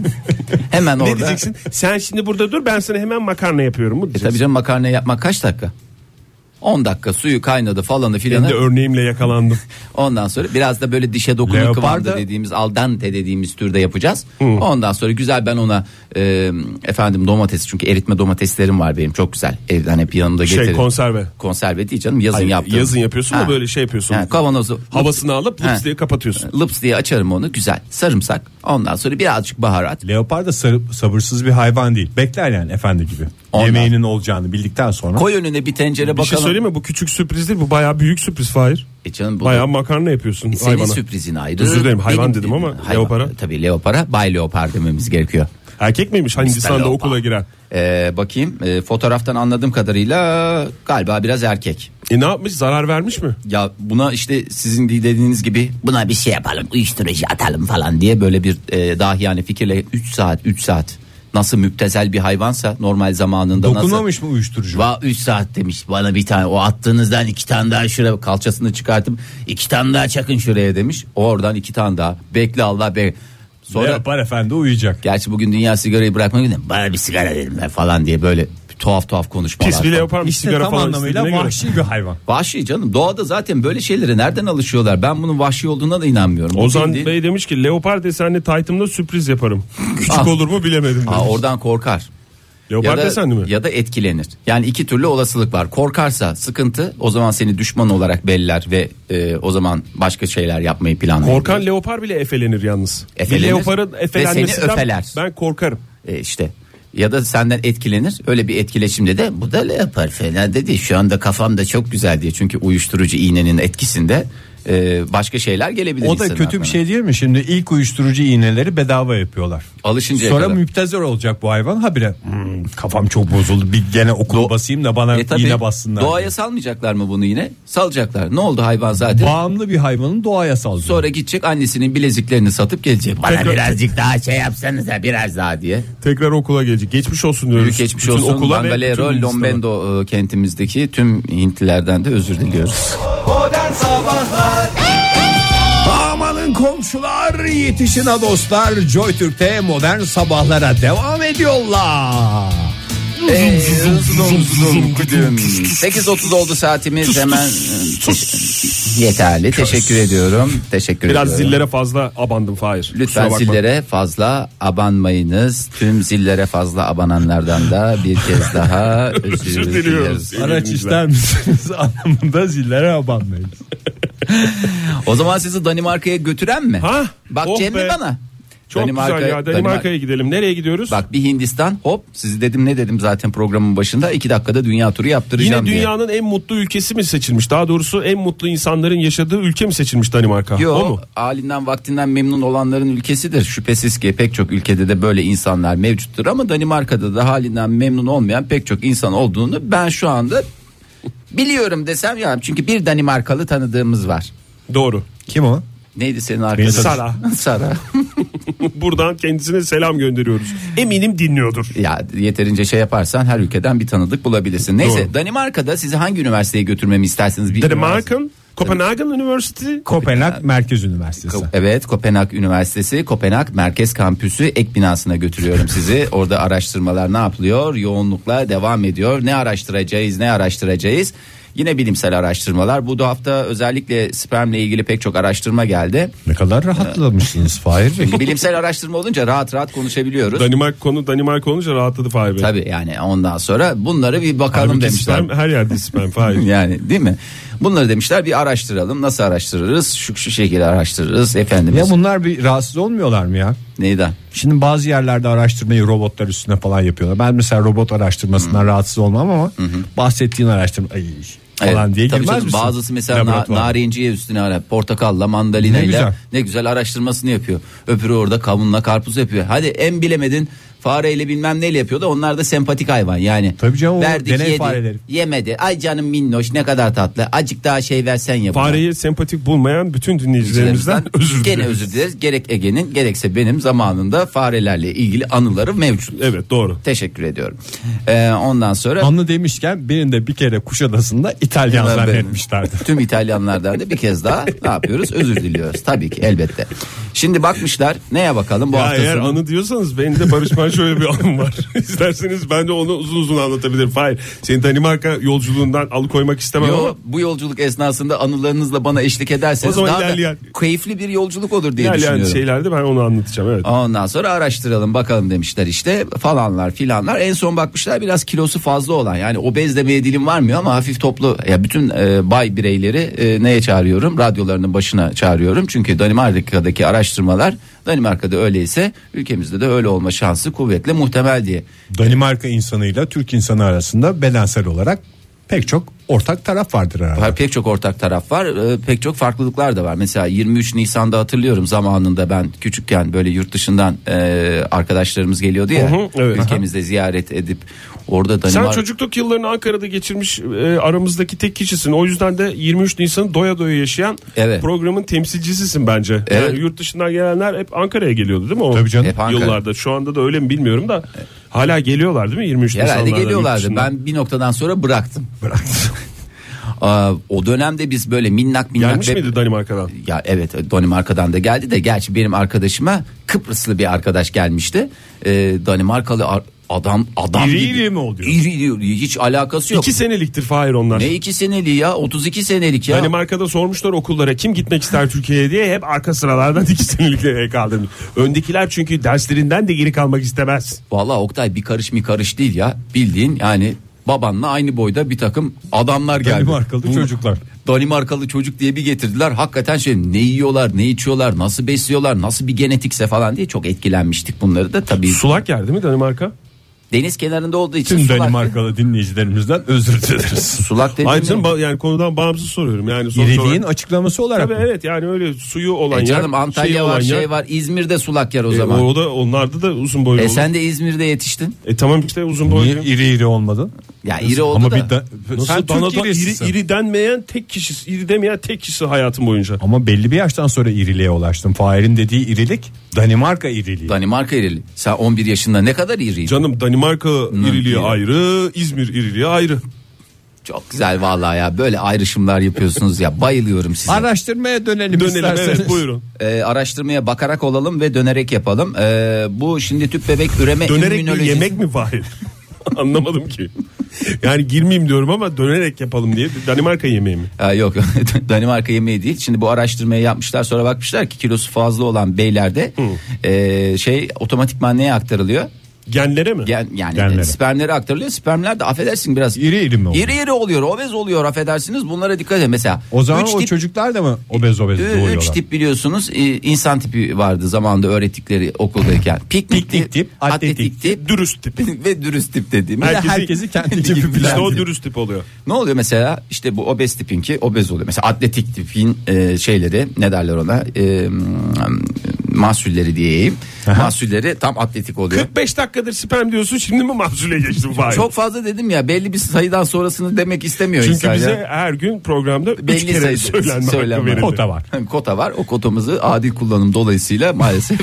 Hemen orada. Ne diyeceksin? Sen şimdi burada dur, ben sana hemen makarna yapıyorum mu diyeceksin? Tabii canım, makarna yapmak kaç dakika? 10 dakika suyu kaynadı falanı Ben filanı. de örneğimle yakalandım. Ondan sonra biraz da böyle dişe dokunan Leopar kıvamda da- dediğimiz al dente dediğimiz türde yapacağız. Ondan sonra güzel ben ona domates, çünkü eritme domateslerim var benim çok güzel. Evden hep yanımda getiririm. Konserve. Konserve değil canım, yazın Hayır, yaptım. yazın yapıyorsun da böyle şey yapıyorsun. Kavanozu Havasını alıp Ha. lıps diye kapatıyorsun. lıps diye açarım onu, güzel. Sarımsak, ondan sonra birazcık baharat. Leopar da sabırsız bir hayvan değil. Bekler yani efendi gibi. Yemeğinin olacağını bildikten sonra. Koy önüne bir tencere Bir bakalım. şey söyleyeyim mi? Bu küçük sürpriz değil, bu bayağı büyük sürpriz Fahir. Canım, Bayağı makarna yapıyorsun senin hayvana. sürprizin ayrı. Özür dilerim, hayvan dedim ama leopara. Tabii leopara, Bay Leopar dememiz gerekiyor. Erkek miymiş Hindistan'da Leopar. okula giren? Bakayım, fotoğraftan anladığım kadarıyla galiba biraz erkek. Ne yapmış, zarar vermiş mi? Ya buna işte sizin dediğiniz gibi buna bir şey yapalım, uyuşturucu atalım falan diye böyle bir dahiyane fikirle 3 saat nasıl müptezel bir hayvansa normal zamanında dokunmamış mı uyuşturucu? 3 saat demiş bana, bir tane o attığınızdan 2 tane daha şuraya, kalçasını çıkartıp 2 tane daha çakın şuraya demiş. Oradan 2 tane daha, bekle Allah be. Sonra Leopar efendi uyuyacak. gerçi bugün dünya sigarayı bırakmak günü, bana bir sigara dedim ben falan diye böyle tuhaf konuşmalar. Pis bile falan. yapar mı İşte sigara tam falan anlamıyla istediğine göre? vahşi bir hayvan. Vahşi canım, doğada zaten böyle şeylere nereden alışıyorlar? Ben bunun vahşi olduğuna da inanmıyorum. Bu Ozan bildiğin- Bey demiş ki leopar desenli taytımda sürpriz yaparım. Küçük olur mu bilemedim demiş. Oradan korkar. Leopar Ya desenli mi? da etkilenir. Yani iki türlü olasılık var. Korkarsa sıkıntı, o zaman seni düşman olarak belirler ve o zaman başka şeyler yapmayı planlar. Korkan leopar bile efelenir yalnız. Efelenir Bir leoparın ve seni efelenmesinden öfeler. ben korkarım. İşte ya da senden etkilenir, öyle bir etkileşimde de bu da leopar fena dedi. Şu anda kafamda çok güzel diye, çünkü uyuşturucu iğnenin etkisinde başka şeyler gelebilir. O da insanın kötü aklına. bir şey değil mi? Şimdi ilk uyuşturucu iğneleri bedava yapıyorlar. Alışıncaya Sonra kadar. müptezel olacak bu hayvan. Habire kafam çok bozuldu. Bir gene okul basayım da bana Tabii, iğne bassınlar. doğaya salmayacaklar mı bunu yine? Salacaklar. Ne oldu hayvan zaten? Bağımlı bir hayvanın doğaya salacak. Sonra gidecek annesinin bileziklerini satıp gelecek. Bana Tekrar- birazcık daha şey yapsanıza, biraz daha diye. Tekrar okula gelecek. Geçmiş olsun diyoruz. Büyük geçmiş Bütün olsun. okula ve Bangalore, bütün Hindistan'a. Lombendo kentimizdeki tüm Hintlilerden de özür diliyoruz. Modern Sabahlar Amanın komşular, yetişin ha dostlar. Joy Türk'te modern sabahlara devam ediyorlar. 8.30 oldu saatimiz, hemen yeterli. Teşekkür ediyorum. Teşekkür Biraz ediyorum. zillere fazla abandım Fahir. Lütfen Kusura bakma. zillere fazla abanmayınız. Tüm zillere fazla abananlardan da bir kez daha özür diliyoruz. dileriz. Araç ister misiniz anlamında zillere abanmayız. O zaman sizi Danimarka'ya götüren mi? Ha? Bak Oh Cem mi be. bana? Çok güzel ya, Danimarka'ya gidelim. Nereye gidiyoruz? Bak bir Hindistan, hop, sizi dedim, ne dedim zaten programın başında, 2 dakikada dünya turu yaptıracağım Yine diye. dünyanın en mutlu ülkesi mi seçilmiş? Daha doğrusu en mutlu insanların yaşadığı ülke mi seçilmiş Danimarka? O mu? Yok, halinden vaktinden memnun olanların ülkesidir. Şüphesiz ki pek çok ülkede de böyle insanlar mevcuttur, ama Danimarka'da da halinden memnun olmayan pek çok insan olduğunu ben şu anda biliyorum desem ya, çünkü bir Danimarkalı tanıdığımız var. Doğru. Kim o? Neydi senin arkadaşın? Sara. Sara. Buradan kendisine selam gönderiyoruz. Eminim dinliyordur. Ya yeterince şey yaparsan her ülkeden bir tanıdık bulabilirsin. Neyse, Doğru. Danimarka'da sizi hangi üniversiteye götürmemi isterseniz bir Danimarka'nın Copenhagen University. Kopenhag Merkez Üniversitesi. Evet, Kopenhag Üniversitesi Kopenhag Merkez Kampüsü ek binasına götürüyorum sizi. Orada araştırmalar ne yapılıyor? Yoğunlukla devam ediyor. Ne araştıracağız? Yine bilimsel araştırmalar. Bu da hafta özellikle spermle ilgili pek çok araştırma geldi. Ne kadar rahatlamışsınız Fahir Bey. Bilimsel araştırma olunca rahat konuşabiliyoruz. Danimarka olunca rahatladı Fahir Bey. Tabii, yani ondan sonra bunları bir bakalım Halbuki demişler. sperm her yerde sperm Fahir. Yani değil mi? Bunları demişler bir araştıralım. Nasıl araştırırız? Şu şekilde araştırırız efendimiz. Ya bunlar bir rahatsız olmuyorlar mı ya? Neyden? Şimdi bazı yerlerde araştırmayı robotlar üstüne falan yapıyorlar. Ben mesela robot araştırmasından rahatsız olmam ama bahsettiğin araştırma falan diye tabii girmez canım, misin? bazısı mesela Laboratuvar. narinciye üstüne ara, portakalla, mandalinayla Ne ne güzel araştırmasını yapıyor. Öbürü orada kavunla karpuz yapıyor. Hadi en bilemedin fareyle bilmem neyle yapıyor da onlar da sempatik hayvan yani. Tabii canım, o verdik, deney yedi, fareleri. yemedi. Ay canım minnoş, ne kadar tatlı. Acık daha şey versen ya. buna. Fareyi sempatik bulmayan bütün dinleyicilerimizden özür Gene dileriz. özür dileriz. Gerek Ege'nin gerekse benim zamanında farelerle ilgili anıları mevcut. Evet, doğru. Teşekkür ediyorum. Ondan sonra Anlı demişken benim de bir kere Kuşadası'nda İtalyan Ben- zannetmişlerdi. Tüm İtalyanlardan da bir kez daha ne yapıyoruz? Özür diliyoruz. Tabii ki, elbette. Şimdi bakmışlar, neye bakalım bu Ya hafta eğer sonu? anı diyorsanız benim de Barış Manço şöyle bir anım var. İsterseniz ben de onu uzun uzun anlatabilirim. Hayır, seni Danimarka yolculuğundan alıkoymak istemem Yo, ama bu yolculuk esnasında anılarınızla bana eşlik ederseniz O zaman daha da ilerleyen- keyifli bir yolculuk olur diye ilerleyen düşünüyorum. şeylerde ben onu anlatacağım. Evet. Ondan sonra araştıralım bakalım demişler işte falanlar filanlar. En son bakmışlar biraz kilosu fazla olan, yani obez demeye dilim varmıyor ama hafif toplu, ya bütün bay bireyleri neye çağırıyorum? Radyolarının başına çağırıyorum. Çünkü Danimarka'daki araştırmalar Danimarka'da öyleyse ülkemizde de öyle olma şansı kuvvetle muhtemel diye. Danimarka insanıyla Türk insanı arasında bedensel olarak pek çok ortak taraf vardır herhalde. Pek çok ortak taraf var, pek çok farklılıklar da var. Mesela 23 Nisan'da hatırlıyorum, zamanında ben küçükken böyle yurt dışından arkadaşlarımız geliyordu ya, evet. ülkemizde ziyaret edip orada Sen çocukluk yıllarını Ankara'da geçirmiş aramızdaki tek kişisin. O yüzden de 23 Nisan'ı doya doya yaşayan programın temsilcisisin bence. Evet. Yani yurt dışından gelenler hep Ankara'ya geliyordu değil mi? Tabii canım. Yıllarda. Şu anda da öyle mi bilmiyorum da hala geliyorlar değil mi 23 Nisan'larda? Herhalde geliyorlardı. Ben bir noktadan sonra bıraktım. O dönemde biz böyle minnak gelmiş miydi Danimarka'dan? Ya evet, Danimarka'dan da geldi de, gerçi benim arkadaşıma Kıbrıslı bir arkadaş gelmişti. Danimarkalı adam İri gibi. mi oluyor? İri, hiç alakası yok. 2 seneliktir Fahir onlar. Ne 2 seneliği ya, 32 senelik ya. Danimarka'da sormuşlar okullara kim gitmek ister Türkiye'ye diye, hep arka sıralardan 2 seneliklere kaldırmış. Öndekiler çünkü derslerinden de geri kalmak istemez. Vallahi Oktay, bir karış değil ya, bildiğin yani babanla aynı boyda bir takım adamlar geldi. Danimarkalı çocuklar. Danimarkalı çocuk diye bir getirdiler. Hakikaten ne yiyorlar, ne içiyorlar, nasıl besliyorlar, nasıl bir genetikse falan diye çok etkilenmiştik bunları da tabii. Sulak yer değil mi Danimarka? Deniz kenarında olduğu için Tüm sulak. Danimarkalı dinleyicilerimizden özür dileriz. Sulak dediğim Ayrıca yani konudan bağımsız soruyorum. Yani İriliğin açıklaması olarak. Tabii evet, yani öyle suyu olan canım, yer. Antalya var, var. İzmir'de sulak yer o zaman. Onlarda da uzun boylu olur. Sen de İzmir'de yetiştin. Tamam işte uzun boylu. Niye iri olmadın? Ya iri oldu ama da. Sen Türk irisisin. iri denmeyen tek kişi, iri demeyen tek kişi hayatım boyunca. Ama belli bir yaştan sonra iriliğe ulaştın. Fahir'in dediği irilik Danimarka iriliği. Danimarka irili. Sen 11 yaşında ne kadar iriydin? Canım Danimarka iriliği ayrı, İzmir iriliği ayrı. Çok güzel vallahi ya, böyle ayrışımlar yapıyorsunuz ya, bayılıyorum size. Araştırmaya dönelim isterseniz. Evet, buyurun. Araştırmaya bakarak olalım ve dönerek yapalım. Bu şimdi tüp bebek üreme dönerek immünolojisi. bir yemek mi Fahir? Anlamadım ki. Yani girmeyeyim diyorum ama dönerek yapalım diye. Danimarka yemeği mi? Yok Danimarka yemeği değil. Şimdi bu araştırmayı yapmışlar, sonra bakmışlar ki kilosu fazla olan beylerde otomatikman neye aktarılıyor? Genlere mi? Yani spermlere aktarılıyor. Spermler de affedersin biraz iri mi oluyor? İri oluyor, obez oluyor, affedersiniz. Bunlara dikkat edin. Mesela o zaman o çocuklar da mı obez doğuyorlar? 3 tip biliyorsunuz insan tipi vardı zamanında öğrettikleri okuldayken. Piknik tip, atletik tip, dürüst tip ve dürüst tip dediğimiz. Herkesi kendi gibi İşte bilen. o dürüst tip oluyor. Ne oluyor mesela? İşte bu obez tipinki obez oluyor. Mesela atletik tipin şeyleri, ne derler ona? Mahsulleri diyeyim. Mahsulleri tam atletik oluyor. 45 dakikadır sperm diyorsun, şimdi mi mahsule geçtin Fahir? Çok fazla dedim ya, belli bir sayıdan sonrasını demek istemiyor çünkü insan bize ya. her gün programda 3 kere söylenme hakkı verildi. Kota var. Kota var. O kotamızı adil kullanım dolayısıyla maalesef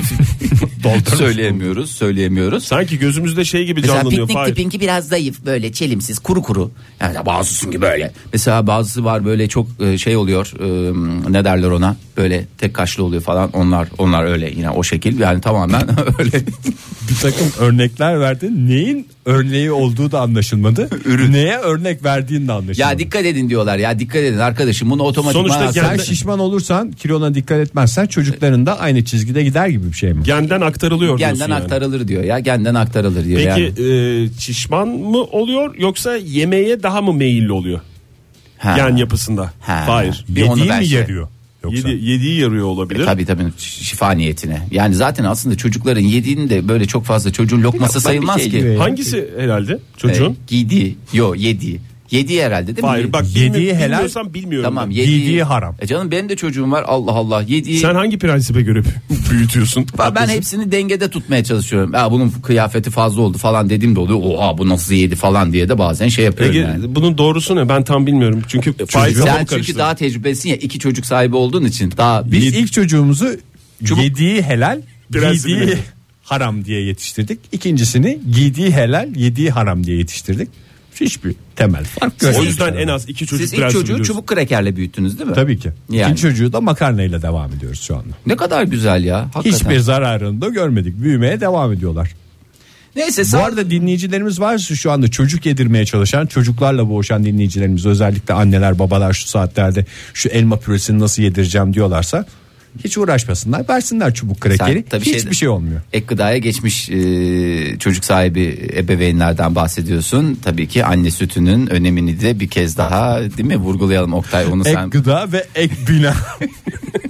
söyleyemiyoruz. Sanki gözümüzde şey gibi mesela canlanıyor. Mesela piknik tipinki biraz zayıf, böyle çelimsiz, kuru. Yani bazısının böyle. Mesela bazısı var böyle çok şey oluyor. Ne derler ona? Böyle tek kaşlı oluyor falan. Onlar öyle yine o şekil. Yani tamamen öyle. Bir takım örnekler verdin. Neyin örneği olduğu da anlaşılmadı. Neye örnek verdiğin de anlaşılmadı. Ya dikkat edin diyorlar ya, dikkat edin arkadaşım, bunu otomatikman. Sen şişman olursan, kilona dikkat etmezsen çocukların da aynı çizgide gider gibi bir şey mi? Genden aktarılıyor diyorsun. Genden aktarılır diyor ya, genden aktarılır diyor. Peki yani. Şişman mı oluyor yoksa yemeğe daha mı meyilli oluyor? Gen yapısında. Hayır. Yediği mi yarıyor? Yediği yarıyor olabilir. Tabii şifa niyetine. Yani zaten aslında çocukların yediğini de böyle çok fazla çocuğun lokması sayılmaz ki. Gibi. Hangisi herhalde çocuğun? Yediği herhalde değil mi? Hayır bak, yediği helal. Bilmiyorsam bilmiyorum. Tamam, yediği haram. Canım benim de çocuğum var, Allah Allah. Sen hangi prensibe göre büyütüyorsun? Ben hepsini dengede tutmaya çalışıyorum. Bunun kıyafeti fazla oldu falan dediğim de oluyor. Oha, bu nasıl yedi falan diye de bazen şey yapıyorum. Peki yani. bunun doğrusu ne? Ben tam bilmiyorum. Çünkü sen çünkü daha tecrübelisin ya, 2 çocuk sahibi olduğun için daha. Biz ilk çocuğumuzu yediği helal, giydiği haram diye yetiştirdik. İkincisini giydiği helal, yediği haram diye yetiştirdik. Hiçbir temel fark yok. O yüzden en az 2 çocuk. Siz ilk çocuğu çubuk krakerle büyüttünüz değil mi? Tabii ki. Yani. İkinci çocuğu da makarnayla devam ediyoruz şu anda. Ne kadar güzel ya. Hakikaten. Hiçbir zararını da görmedik. Büyümeye devam ediyorlar. Neyse. Bu arada dinleyicilerimiz varsa şu anda çocuk yedirmeye çalışan, çocuklarla boğuşan dinleyicilerimiz, özellikle anneler babalar şu saatlerde şu elma püresini nasıl yedireceğim diyorlarsa hiç uğraşmasınlar, versinler çubuk krakeri, hiçbir şey olmuyor. Ek gıdaya geçmiş çocuk sahibi ebeveynlerden bahsediyorsun. Tabii ki anne sütünün önemini de bir kez daha değil mi vurgulayalım Oktay, onu ek sen. Ek gıda ve ek bina.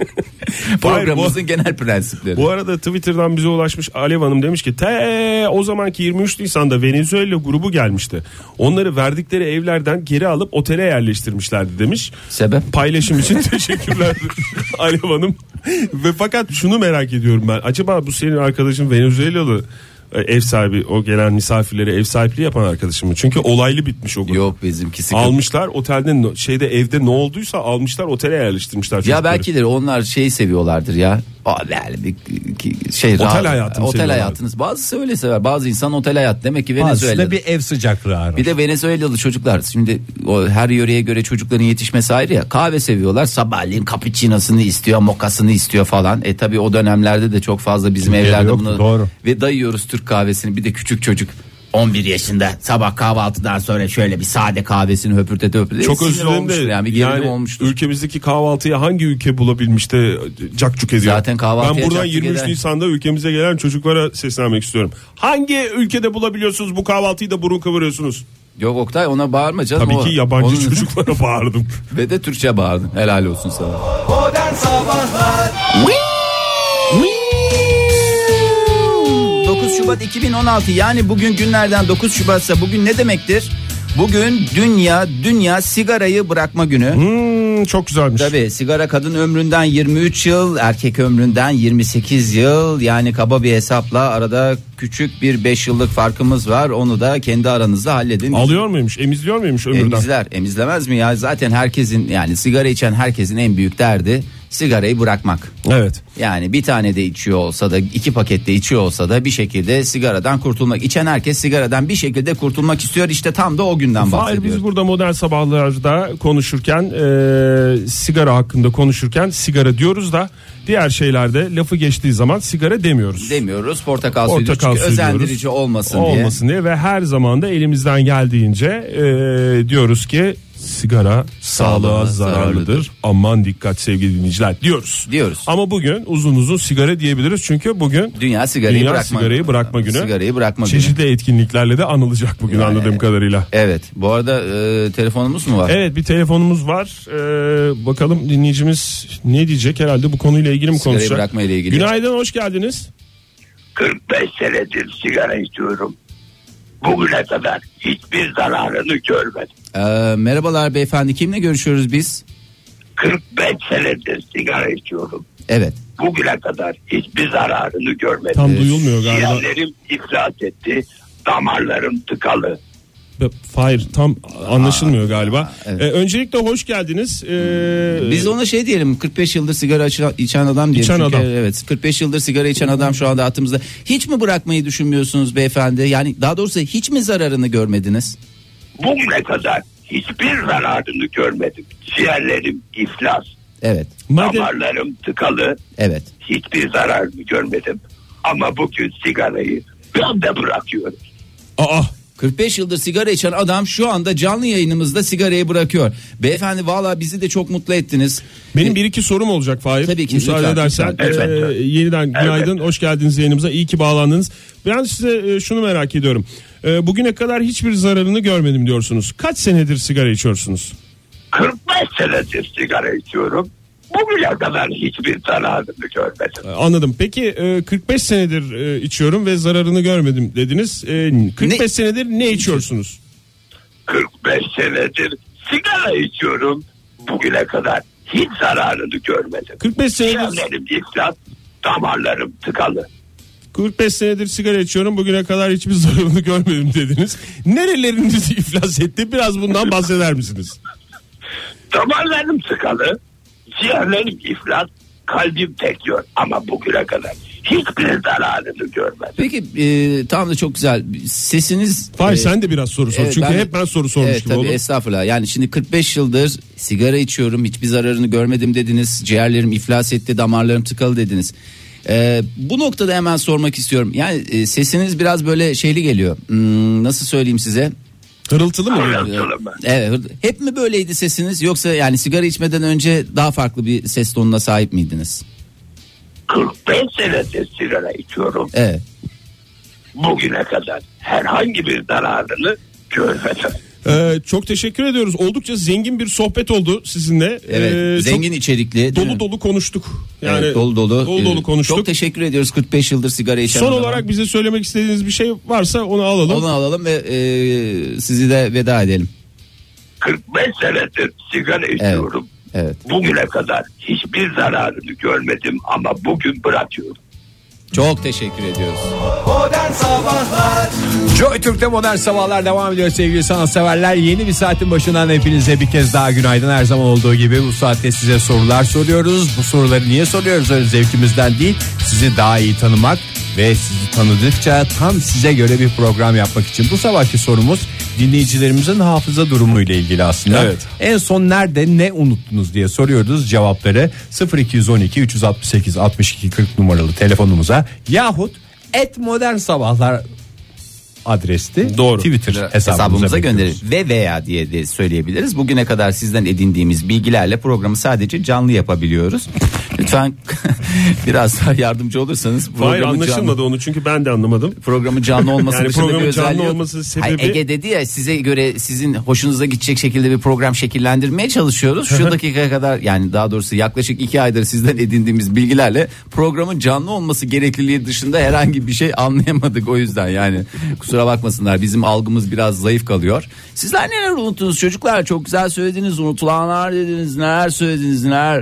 Programımızın genel prensipleri. Bu arada Twitter'dan bize ulaşmış Alev Hanım demiş ki o zamanki 23 Nisan'da Venezuela grubu gelmişti. Onları verdikleri evlerden geri alıp otele yerleştirmişlerdi demiş. Sebep? Paylaşım için teşekkürler Alev Hanım. Ve fakat şunu merak ediyorum ben. Acaba bu senin arkadaşın Venezuelalı ev sahibi, o gelen misafirlere ev sahipliği yapan arkadaşım mı? Çünkü olaylı bitmiş o grup. Yok, bizimkisi. Almışlar otelde evde ne olduysa almışlar otele yerleştirmişler çocukları. Ya belki de onlar seviyorlardır ya. Yani otel hayatını otel hayatınız. Bazısı öyle sever. Bazı insan otel hayatı. Demek ki Venezuela'da. Bazısı da bir ev sıcaklığı arar. Bir de Venezuelalı çocuklar. Şimdi o her yöreye göre çocukların yetişmesi ayrı ya. Kahve seviyorlar. Sabahleyin cappuccino'sunu istiyor, mokasını istiyor falan. Tabii o dönemlerde de çok fazla bizim evlerde yoktu, bunu doğru. Ve dayıyoruz Türk kahvesini. Bir de küçük çocuk 11 yaşında sabah kahvaltıdan sonra şöyle bir sade kahvesini höpürtete. Çok özür dilerim de yani bir gerilim olmuştur. Ülkemizdeki kahvaltıya hangi ülke bulabilmiş de cakcuk ediyor? Zaten kahvaltıya ben buradan cakcuk 23 eden... Nisan'da ülkemize gelen çocuklara seslenmek istiyorum. Hangi ülkede bulabiliyorsunuz bu kahvaltıyı da burun kıvırıyorsunuz? Yok Oktay, ona bağırma canım. Tabii ki yabancı çocuklara bağırdım. Ve de Türkçe bağırdım. Helal olsun sana. Modern Sabahlar 9 Şubat 2016, yani bugün günlerden 9 Şubat'sa bugün ne demektir? Bugün dünya sigarayı bırakma günü. Çok güzelmiş. Tabii sigara kadın ömründen 23 yıl, erkek ömründen 28 yıl. Yani kaba bir hesapla arada küçük bir 5 yıllık farkımız var. Onu da kendi aranızda halledin. Alıyor muymuş, emizliyor muymuş ömründen? Emizlemez mi ya? Zaten herkesin, yani sigara içen herkesin en büyük derdi sigarayı bırakmak. Evet. Yani bir tane de içiyor olsa da, 2 paket de içiyor olsa da bir şekilde sigaradan kurtulmak. İçen herkes sigaradan bir şekilde kurtulmak istiyor. İşte tam da o günden bahsediyoruz. Biz burada modern sabahlarda konuşurken sigara hakkında konuşurken sigara diyoruz da diğer şeylerde lafı geçtiği zaman sigara demiyoruz. Portakal suyu çünkü özendirici olmasın diye. Ve her zaman da elimizden geldiğince diyoruz ki sigara sağlığa zararlıdır. Aman dikkat sevgili dinleyiciler diyoruz. Ama bugün uzun sigara diyebiliriz çünkü bugün Dünya sigarayı bırakma günü. Sigarayı bırakma günü. Çeşitli etkinliklerle de anılacak bugün, yani, anladığım kadarıyla. Evet. Bu arada telefonumuz mu var? Evet, bir telefonumuz var. Bakalım dinleyicimiz ne diyecek, herhalde bu konuyla ilgili mi konuşacak? Sigarayı bırakma ile ilgili. Günaydın, hoş geldiniz. 45 senedir sigara içiyorum. Bugüne kadar hiçbir zararını görmedim. Merhabalar beyefendi, kimle görüşüyoruz biz? 45 senedir sigara içiyorum. Evet. Bugüne kadar hiçbir zararını görmedim. Tam duyulmuyor galiba. Ciğerlerim iflas etti. Damarlarım tıkalı. Hayır, tam anlaşılmıyor galiba. Evet. Öncelikle hoş geldiniz. Biz ona diyelim, 45 yıldır sigara içen adam diyelim. Evet, 45 yıldır sigara içen adam şu anda hayatımızda. Hiç mi bırakmayı düşünmüyorsunuz beyefendi? Yani daha doğrusu hiç mi zararını görmediniz? Bugüne kadar hiçbir zararını görmedim. Ciğerlerim iflas. Evet. Damarlarım tıkalı. Evet. Hiçbir zararını görmedim. Ama bugün sigarayı ben de bırakıyorum. 45 yıldır sigara içen adam şu anda canlı yayınımızda sigarayı bırakıyor. Beyefendi valla bizi de çok mutlu ettiniz. Benim bir iki sorum olacak Fahir. Tabii ki. Müsaade lütfen, edersen. lütfen. Yeniden günaydın, hoş geldiniz yayınımıza. İyi ki bağlandınız. Ben size şunu merak ediyorum. Bugüne kadar hiçbir zararını görmedim diyorsunuz. Kaç senedir sigara içiyorsunuz? 45 senedir sigara içiyorum. Bugüne kadar hiçbir zararını görmedim. Anladım. Peki 45 senedir içiyorum ve zararını görmedim dediniz. 45 senedir ne içiyorsunuz? 45 senedir sigara içiyorum. Bugüne kadar hiç zararını görmedim. 45 senedir. Ciğerlerim iflas, damarlarım tıkalı. 45 senedir sigara içiyorum, bugüne kadar hiçbir zararını görmedim dediniz. Nerelerinizi iflas etti? Biraz bundan bahseder misiniz? Damarlarım tıkalı, ciğerlerim iflas, kalbim tekliyor ama bugüne kadar hiçbir zararını görmedim. Peki tam da çok güzel. Sesiniz... Hayır sen de biraz soru sor. Evet, çünkü hep ben soru sormuş evet, gibi tabii, oldum. estağfurullah. Yani şimdi 45 yıldır sigara içiyorum, hiçbir zararını görmedim dediniz. Ciğerlerim iflas etti, damarlarım tıkalı dediniz. Bu noktada hemen sormak istiyorum. Yani sesiniz biraz böyle şeyli geliyor. Nasıl söyleyeyim size? Hırıltılı mı? Evet. Hep mi böyleydi sesiniz, yoksa yani sigara içmeden önce daha farklı bir ses tonuna sahip miydiniz? 45 senedir sigara içiyorum. Evet. Bugüne kadar herhangi bir zararını görmedim. Çok teşekkür ediyoruz. Oldukça zengin bir sohbet oldu sizinle. Evet, zengin içerikli. Dolu konuştuk. Yani evet, dolu konuştuk. Çok teşekkür ediyoruz 45 yıldır sigara içen. Son olarak bize söylemek istediğiniz bir şey varsa onu alalım. Ve sizi de veda edelim. 45 senedir sigara içiyorum. Evet. Bugüne kadar hiçbir zararını görmedim ama bugün bırakıyorum. Çok teşekkür ediyoruz. Modern Sabahlar. Joy Türk'te Modern Sabahlar devam ediyor sevgili sanatseverler. Yeni bir saatin başından hepinize bir kez daha günaydın. Her zaman olduğu gibi bu saatte size sorular soruyoruz. Bu soruları niye soruyoruz? Öyle zevkimizden değil, sizi daha iyi tanımak ve sizi tanıdıkça tam size göre bir program yapmak için. Bu sabahki sorumuz dinleyicilerimizin hafıza durumuyla ilgili aslında. Evet. En son nerede ne unuttunuz diye soruyoruz. Cevapları 0212 368 62 40 numaralı telefonumuza yahut @modernsabahlar adresli Doğru. Twitter hesabımıza gönderir ve veya diye de söyleyebiliriz. Bugüne kadar sizden edindiğimiz bilgilerle programı sadece canlı yapabiliyoruz. Lütfen biraz daha yardımcı olursanız. Hayır, anlaşılmadı onu çünkü ben de anlamadım. Programın canlı olması yani dışında programın bir özelliği canlı yok. olması sebebi. Hayır, Ege dedi ya, size göre sizin hoşunuza gidecek şekilde bir program şekillendirmeye çalışıyoruz. Şu dakikaya kadar, yani daha doğrusu yaklaşık 2 aydır sizden edindiğimiz bilgilerle programın canlı olması gerekliliği dışında herhangi bir şey anlayamadık. O yüzden yani kusura bakmasınlar, bizim algımız biraz zayıf kalıyor. Sizler neler unuttunuz çocuklar? Çok güzel söylediniz, unutulanlar dediniz, neler söylediniz,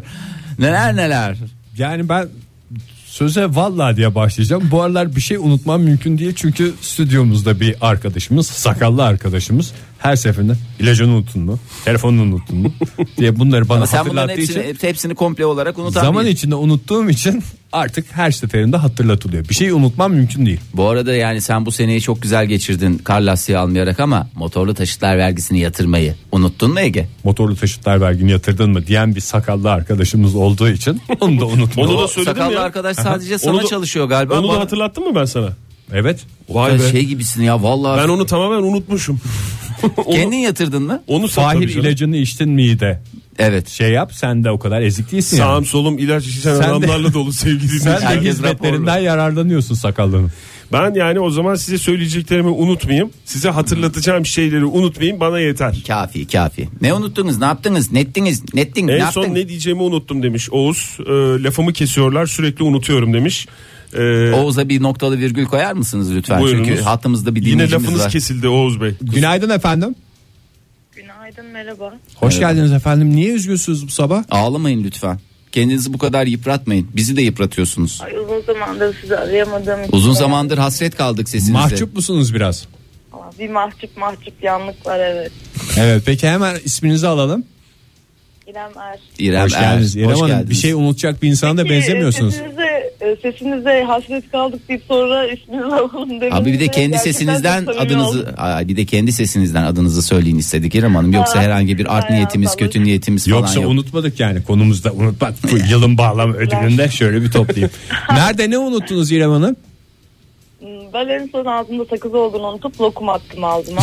neler. Yani ben söze vallahi diye başlayacağım. Bu aralar bir şey unutmam mümkün değil. Çünkü stüdyomuzda bir arkadaşımız, sakallı arkadaşımız her seferinde ilacını unuttun mu? Telefonunu unuttun mu? diye bunları bana sen hatırlattığı için. Hepsini komple olarak unutan Zaman bir... içinde unuttuğum için artık her seferinde hatırlatılıyor. Bir şeyi unutmam mümkün değil. Bu arada yani sen bu seneyi çok güzel geçirdin kar lastiği almayarak, ama motorlu taşıtlar vergisini yatırmayı unuttun mu Ege? Motorlu taşıtlar vergini yatırdın mı diyen bir sakallı arkadaşımız olduğu için onu da unutmadım. Onu da söyledim sakallı ya. arkadaş sadece sana çalışıyor galiba. Onu da hatırlattım mı ben sana? Evet. Vay be. Şey gibisin ya vallahi. Ben onu tamamen unutmuşum. Kendin yatırdın mı? Onu Fahir ilacını içtin mi de? Evet. Şey yap, sen de o kadar ezik değilsin Sağım yani. solum ilaç içen Sen de- adamlarla dolu sevgili Sen dinleyiciler. de Herkes hizmetlerinden yararlanıyorsun sakallının. Ben yani o zaman size söyleyeceklerimi unutmayayım. Size hatırlatacağım şeyleri unutmayayım, bana yeter. Kafi. Ne unuttunuz, ne yaptınız, nettiniz, ne En yaptın? son ne diyeceğimi unuttum demiş Oğuz. Lafımı kesiyorlar, sürekli unutuyorum demiş. Oğuz'a bir noktalı virgül koyar mısınız lütfen? Buyurunuz. Çünkü hattımızda bir Yine dinleyicimiz lafınız var. kesildi Oğuz Bey. Günaydın efendim. Günaydın, merhaba. Hoş geldiniz efendim. Niye üzgünsünüz bu sabah? Ağlamayın lütfen. Kendinizi bu kadar yıpratmayın. Bizi de yıpratıyorsunuz. Ay, uzun zamandır sizi arayamadığım için. Uzun zamandır hasret kaldık sesinize. Mahcup musunuz biraz? Bir mahcup yanlık var, evet. Evet, peki hemen isminizi alalım. İrem Er. İrem Hoş geldiniz. Er, İrem hoş Hanım, geldiniz. bir şey unutacak bir insana da benzemiyorsunuz. Sesinize hasret kaldık deyip sonra isminizi alalım dedim. Abi bir de kendi sesinizden adınızı söyleyin istedik İrem Hanım. Yoksa herhangi bir art niyetimiz, kötü niyetimiz falan Yoksa yok. unutmadık yani, konumuzda unutmak. Bu yılın bağlama ödülünde şöyle bir toplayayım. Nerede ne unuttunuz İrem Hanım? Ben en son ağzımda sakız olduğunu unutup lokum attım ağzıma.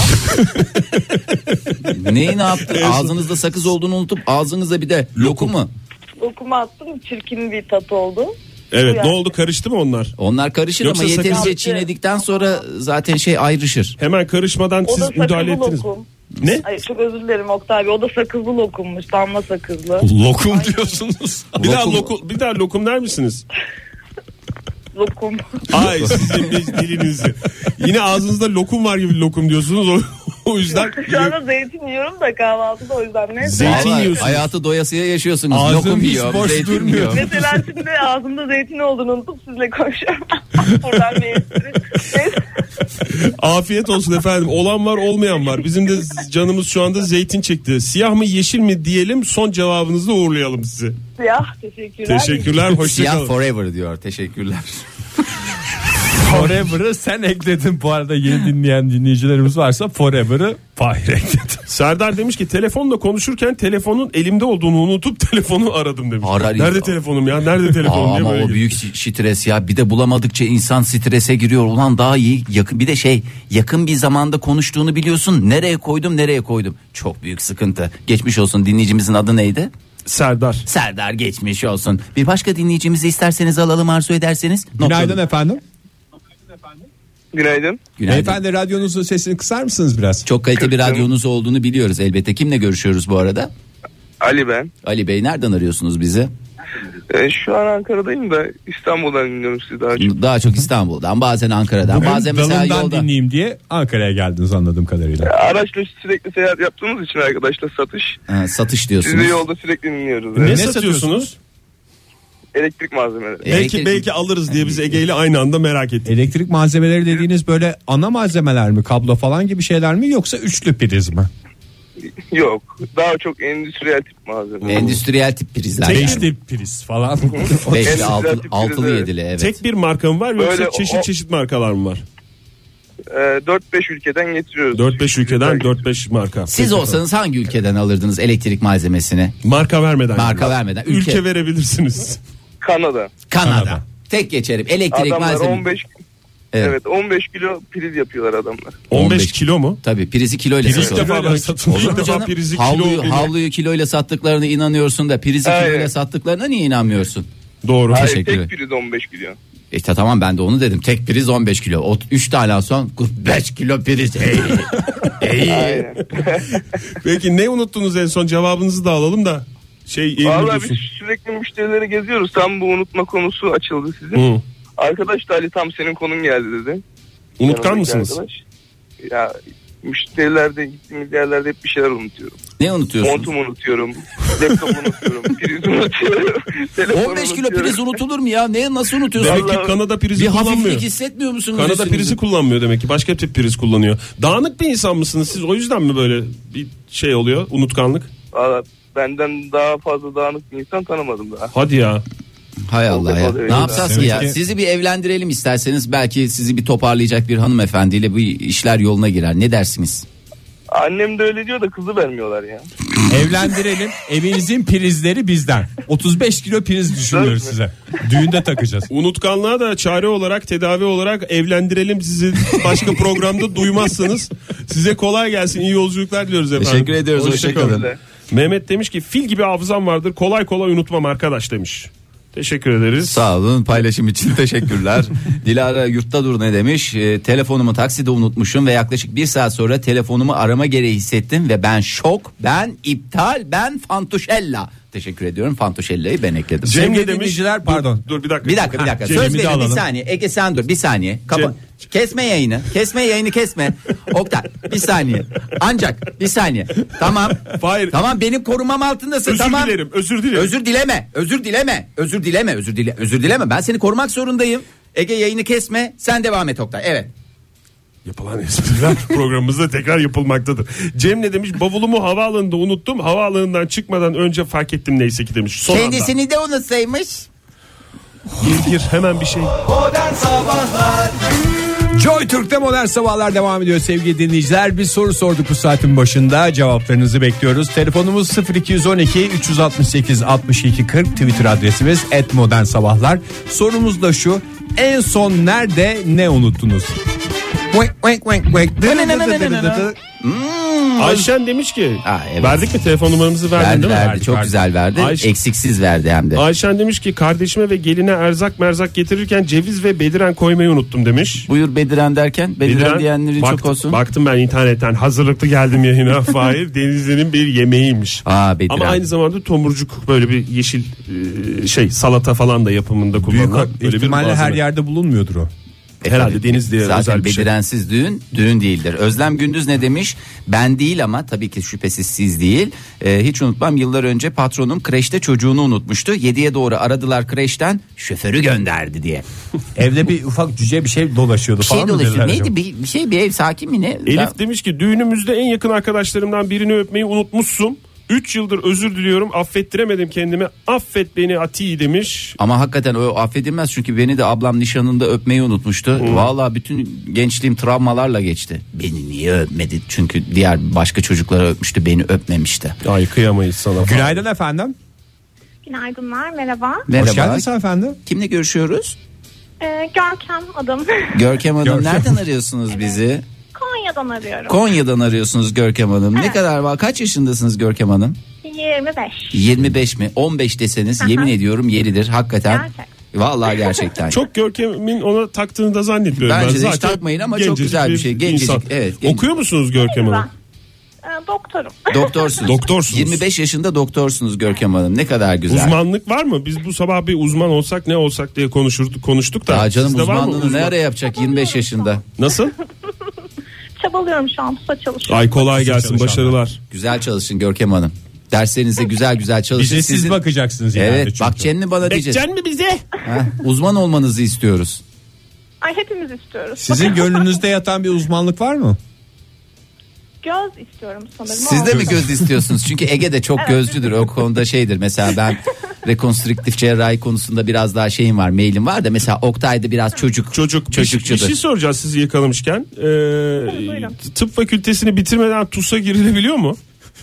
Neyi ne yaptın? Ağzınızda sakız olduğunu unutup ağzınıza bir de lokumu. Lokumu attım, çirkin bir tat oldu. Evet, Yani. ne oldu, karıştı mı onlar? Onlar karışır Yoksa ama yeterince sakız- çiğnedikten sonra zaten şey ayrışır. Hemen karışmadan O da siz sakızlı müdahale ettiniz mi? lokum. Ne? Ay, çok özür dilerim Oktay Bey. O da sakızlı lokummuş, damla sakızlı. Lokum diyorsunuz. Bir daha lokum der misiniz? Lokum. Ay, sizin dilinizi. Yine ağzınızda lokum var gibi lokum diyorsunuz. O yüzden Şu anda zeytin yiyorum da kahvaltıda, o yüzden ne? Zeytin Vallahi yiyorsunuz. hayatı doyasıya yaşıyorsunuz. Ağzım Lokum hiç yiyor, boş zeytin durmuyor. yiyor. Mesela şimdi ağzımda zeytin olduğunu unutup sizle konuşuyorum. Buradan bir espri. Neyse. Afiyet olsun efendim. Olan var, olmayan var. Bizim de canımız şu anda zeytin çekti. Siyah mı yeşil mi diyelim, son cevabınızla uğurlayalım sizi. Siyah, teşekkürler. Teşekkürler, Siyah hoşçakalın. forever diyor. Teşekkürler. Forever'ı sen ekledin. Bu arada yeni dinleyen dinleyicilerimiz varsa Forever'ı Fahir ekledi. Serdar demiş ki telefonla konuşurken telefonun elimde olduğunu unutup telefonu aradım demiş. Arar- Nerede telefonum ya? Nerede telefonum diye Ama böyle o gidiyor. büyük stres ya. Bir de bulamadıkça insan strese giriyor. Ulan daha iyi yakın, bir de yakın bir zamanda konuştuğunu biliyorsun. Nereye koydum? Çok büyük sıkıntı. Geçmiş olsun, dinleyicimizin adı neydi? Serdar, geçmiş olsun. Bir başka dinleyicimizi isterseniz alalım, arzu ederseniz. Günaydın efendim. Günaydın. Günaydın. Beyefendi, radyonuzun sesini kısar mısınız biraz? Çok kaliteli bir radyonuz olduğunu biliyoruz elbette. Kimle görüşüyoruz bu arada? Ali ben. Ali Bey, nereden arıyorsunuz bizi? Şu an Ankara'dayım da İstanbul'dan dinliyorum sizi daha çok. Daha çok İstanbul'dan, bazen Ankara'dan, Bugün bazen mesela dalından yolda. dinleyeyim diye Ankara'ya geldiniz anladığım kadarıyla. Araçla sürekli seyahat yaptığımız için arkadaşlar satış. Satış diyorsunuz. Sizi yolda sürekli dinliyoruz. Ne Evet. satıyorsunuz? Elektrik malzemeleri. Belki alırız diye biz Ege ile aynı anda merak ettik. Elektrik malzemeleri dediğiniz böyle ana malzemeler mi, kablo falan gibi şeyler mi, yoksa üçlü priz mi? Yok. Daha çok endüstriyel tip malzeme. Endüstriyel tip prizler. Beşli priz falan. 5'li, Endüstriyel tip 6'lı, priz, evet. 7'li, evet. Tek bir marka mı var yoksa Böyle çeşit markalar mı var? 4-5 ülkeden getiriyoruz. 4-5 ülkeden 4-5 marka. Siz olsanız hangi ülkeden alırdınız elektrik malzemesini? Marka vermeden. Marka vermeden. Ülke verebilirsiniz. Kanada. Kanada. Tek geçerim. Elektrik Adamlar malzeme. 15 Evet. Evet 15 kilo priz yapıyorlar adamlar. 15 kilo mu? Tabii prizi kiloyla İlk satıyorlar. defa ben satın. Olur İlk mu defa canım? prizi kilo. Havluyu kiloyla sattıklarına inanıyorsun da prizi Aynen. kiloyla sattıklarına niye inanmıyorsun? Doğru. Hayır, Teşekkür ederim. tek priz 15 kilo. İşte tamam, ben de onu dedim. Tek priz 15 kilo. 3 tane son 45 kilo priz. Aynen. Peki ne unuttunuz en son, cevabınızı da alalım da. Vallahi biz sürekli müşterileri geziyoruz. Tam bu unutma konusu açıldı sizin. Hı. Arkadaş da Ali tam senin konun geldi dedi. Unutkan Yanımdaki mısınız? arkadaş. Ya müşterilerde gittiğimiz yerlerde hep bir şeyler unutuyorum. Ne unutuyorsunuz? Montumu unutuyorum. Laptopu unutuyorum. Priz unutuyorum. 15 kilo priz unutulur mu ya? Nasıl unutuyorsun? Demek ki Kanada prizi Bir kullanmıyor. hafiflik hissetmiyor musunuz? Kanada üstünüzde? prizi kullanmıyor demek ki. Başka tip priz kullanıyor. Dağınık bir insan mısınız siz? O yüzden mi böyle bir şey oluyor? Unutkanlık. Valla benden daha fazla dağınık bir insan tanımadım daha. Hadi ya. Hay Allah ya. Oluyor Ne ya. yapacağız ki ya? Sizi bir evlendirelim isterseniz, belki sizi bir toparlayacak bir hanımefendiyle bu işler yoluna girer. Ne dersiniz? Annem de öyle diyor da kızı vermiyorlar ya. Evlendirelim, evinizin prizleri bizden. 35 kilo priz düşünüyoruz size. Düğünde takacağız. Unutkanlığa da çare olarak, tedavi olarak evlendirelim sizi, başka programda duymazsanız. Size kolay gelsin, iyi yolculuklar diliyoruz efendim. Teşekkür ediyoruz, hoşçakalın. Öyle. Mehmet demiş ki fil gibi hafızam vardır, kolay kolay unutmam arkadaş demiş. Teşekkür ederiz. Sağ olun, paylaşım için teşekkürler. Dilara Yurtta Dur ne demiş? Telefonumu takside unutmuşum ve yaklaşık 1 saat sonra telefonumu arama gereği hissettim ve ben şok, ben iptal, ben fantuşella. Teşekkür ediyorum, fantuşella'yı ben ekledim. Cem ne Sevgili demiş? dinleyiciler, pardon. Dur bir dakika. Bir dakika. Cem'i Söz de verin, bir alalım. saniye. Ege sen dur, bir saniye. Cem. Kesme yayını. Kesme. Oktay, bir saniye. Ancak bir saniye. Tamam. Hayır. Tamam, benim korumam altındasın. Özür tamam. dilerim, özür dilerim. Özür dileme. Ben seni korumak zorundayım. Ege yayını kesme. Sen devam et Oktay. Evet. Yapılan espriler programımızda tekrar yapılmaktadır. Cem ne demiş? Bavulumu havaalanında unuttum. Havaalanından çıkmadan önce fark ettim neyse ki demiş. Son Kendisini de unutsaymış. anda. Gir hemen bir şey. Modern Sabahlar Joy Türk'te Modern Sabahlar devam ediyor sevgili dinleyiciler. Bir soru sorduk bu saatin başında. Cevaplarınızı bekliyoruz. Telefonumuz 0212 368 62 40. Twitter adresimiz @modernsabahlar. Sorumuz da şu: en son nerede ne unuttunuz? Ayşen demiş ki evet. verdik mi telefon numaramızı verdin değil mi? Verdi, çok güzel verdi. Ayşe- Eksiksiz verdi hem de. Ayşen demiş ki kardeşime ve geline erzak merzak getirirken ceviz ve bediren koymayı unuttum demiş. Buyur Bediren derken, Bediren diyenlerin çok olsun. Baktım ben internetten, hazırlıklı geldim yayına. Fahir, Denizli'nin bir yemeğiymiş. Bediren. Ama aynı zamanda tomurcuk, böyle bir yeşil salata falan da yapımında kullanılan. Böyle bir İhtimalle her malzeme. yerde bulunmuyordur o. Herhalde Tabii. Denizli'ye özel Zaten bir şey. Bedirensiz düğün değildir. Özlem Gündüz ne demiş? Ben değil ama tabii ki şüphesiz siz değil. Hiç unutmam, yıllar önce patronum kreşte çocuğunu unutmuştu. 7'ye doğru aradılar kreşten, şoförü gönderdi diye. Evde bir ufak cüce bir şey dolaşıyordu Bir şey falan mı dolaşıyor. dediler Neydi acaba? bir ev sakin mi ne? Elif demiş ki düğünümüzde en yakın arkadaşlarımdan birini öpmeyi unutmuşsun. 3 yıldır özür diliyorum, affettiremedim kendimi, affet beni Ati demiş. Ama hakikaten o affedilmez, çünkü beni de ablam nişanında öpmeyi unutmuştu. Vallahi bütün gençliğim travmalarla geçti. Beni niye öpmedi? Çünkü diğer başka çocukları öpmüştü, beni öpmemişti. Ay kıyamayız sana. Günaydın efendim. Günaydınlar, merhaba. Merhaba. Hoş geldiniz efendim. Kimle görüşüyoruz? Görkem adım. Görkem Hanım. Görkem. Nereden arıyorsunuz bizi? Konya'dan arıyorum. Konya'dan arıyorsunuz Görkem Hanım. Ne Evet. kadar var? Kaç yaşındasınız Görkem Hanım? 25. 25 mi? 15 deseniz yemin ediyorum yeridir hakikaten. Gerçek. Vallahi gerçekten. Çok Görkem'in ona taktığını da zannetmiyorum. Bence de hiç Zaten takmayın ama çok gencecik güzel bir şey. Gencecik, insan. evet, gencecik. Okuyor musunuz Görkem Hanım? Doktorum. Doktorsunuz. Doktorsunuz. 25 yaşında doktorsunuz Görkem Hanım. Ne kadar güzel. Uzmanlık var mı? Biz bu sabah bir uzman olsak ne olsak diye konuştuk da. Daha canım Sizde var mı uzmanlığını uzman? ne ara yapacak 25 yaşında? Nasıl? Çabalıyorum şu an. Pusa çalışıyorum. Ay kolay gelsin, başarılar. Güzel çalışın Görkem Hanım. Derslerinize güzel çalışın. Bize siz bakacaksınız ileride Evet, çünkü. bakacaksın bana diyeceğiz. Bekecen mi bize? Ha, uzman olmanızı istiyoruz. Ay hepimiz istiyoruz. Sizin gönlünüzde yatan bir uzmanlık var mı? Göz istiyorum sanırım. Siz de mi göz istiyorsunuz? Çünkü Ege de çok gözcüdür. O konuda şeydir. Mesela ben rekonstrüktif cerrahi konusunda biraz daha şeyim var, mailim var da mesela Oktay'da biraz çocukçudur. Bir şey soracağız sizi yakalamışken. Tıp fakültesini bitirmeden TUS'a girilebiliyor mu?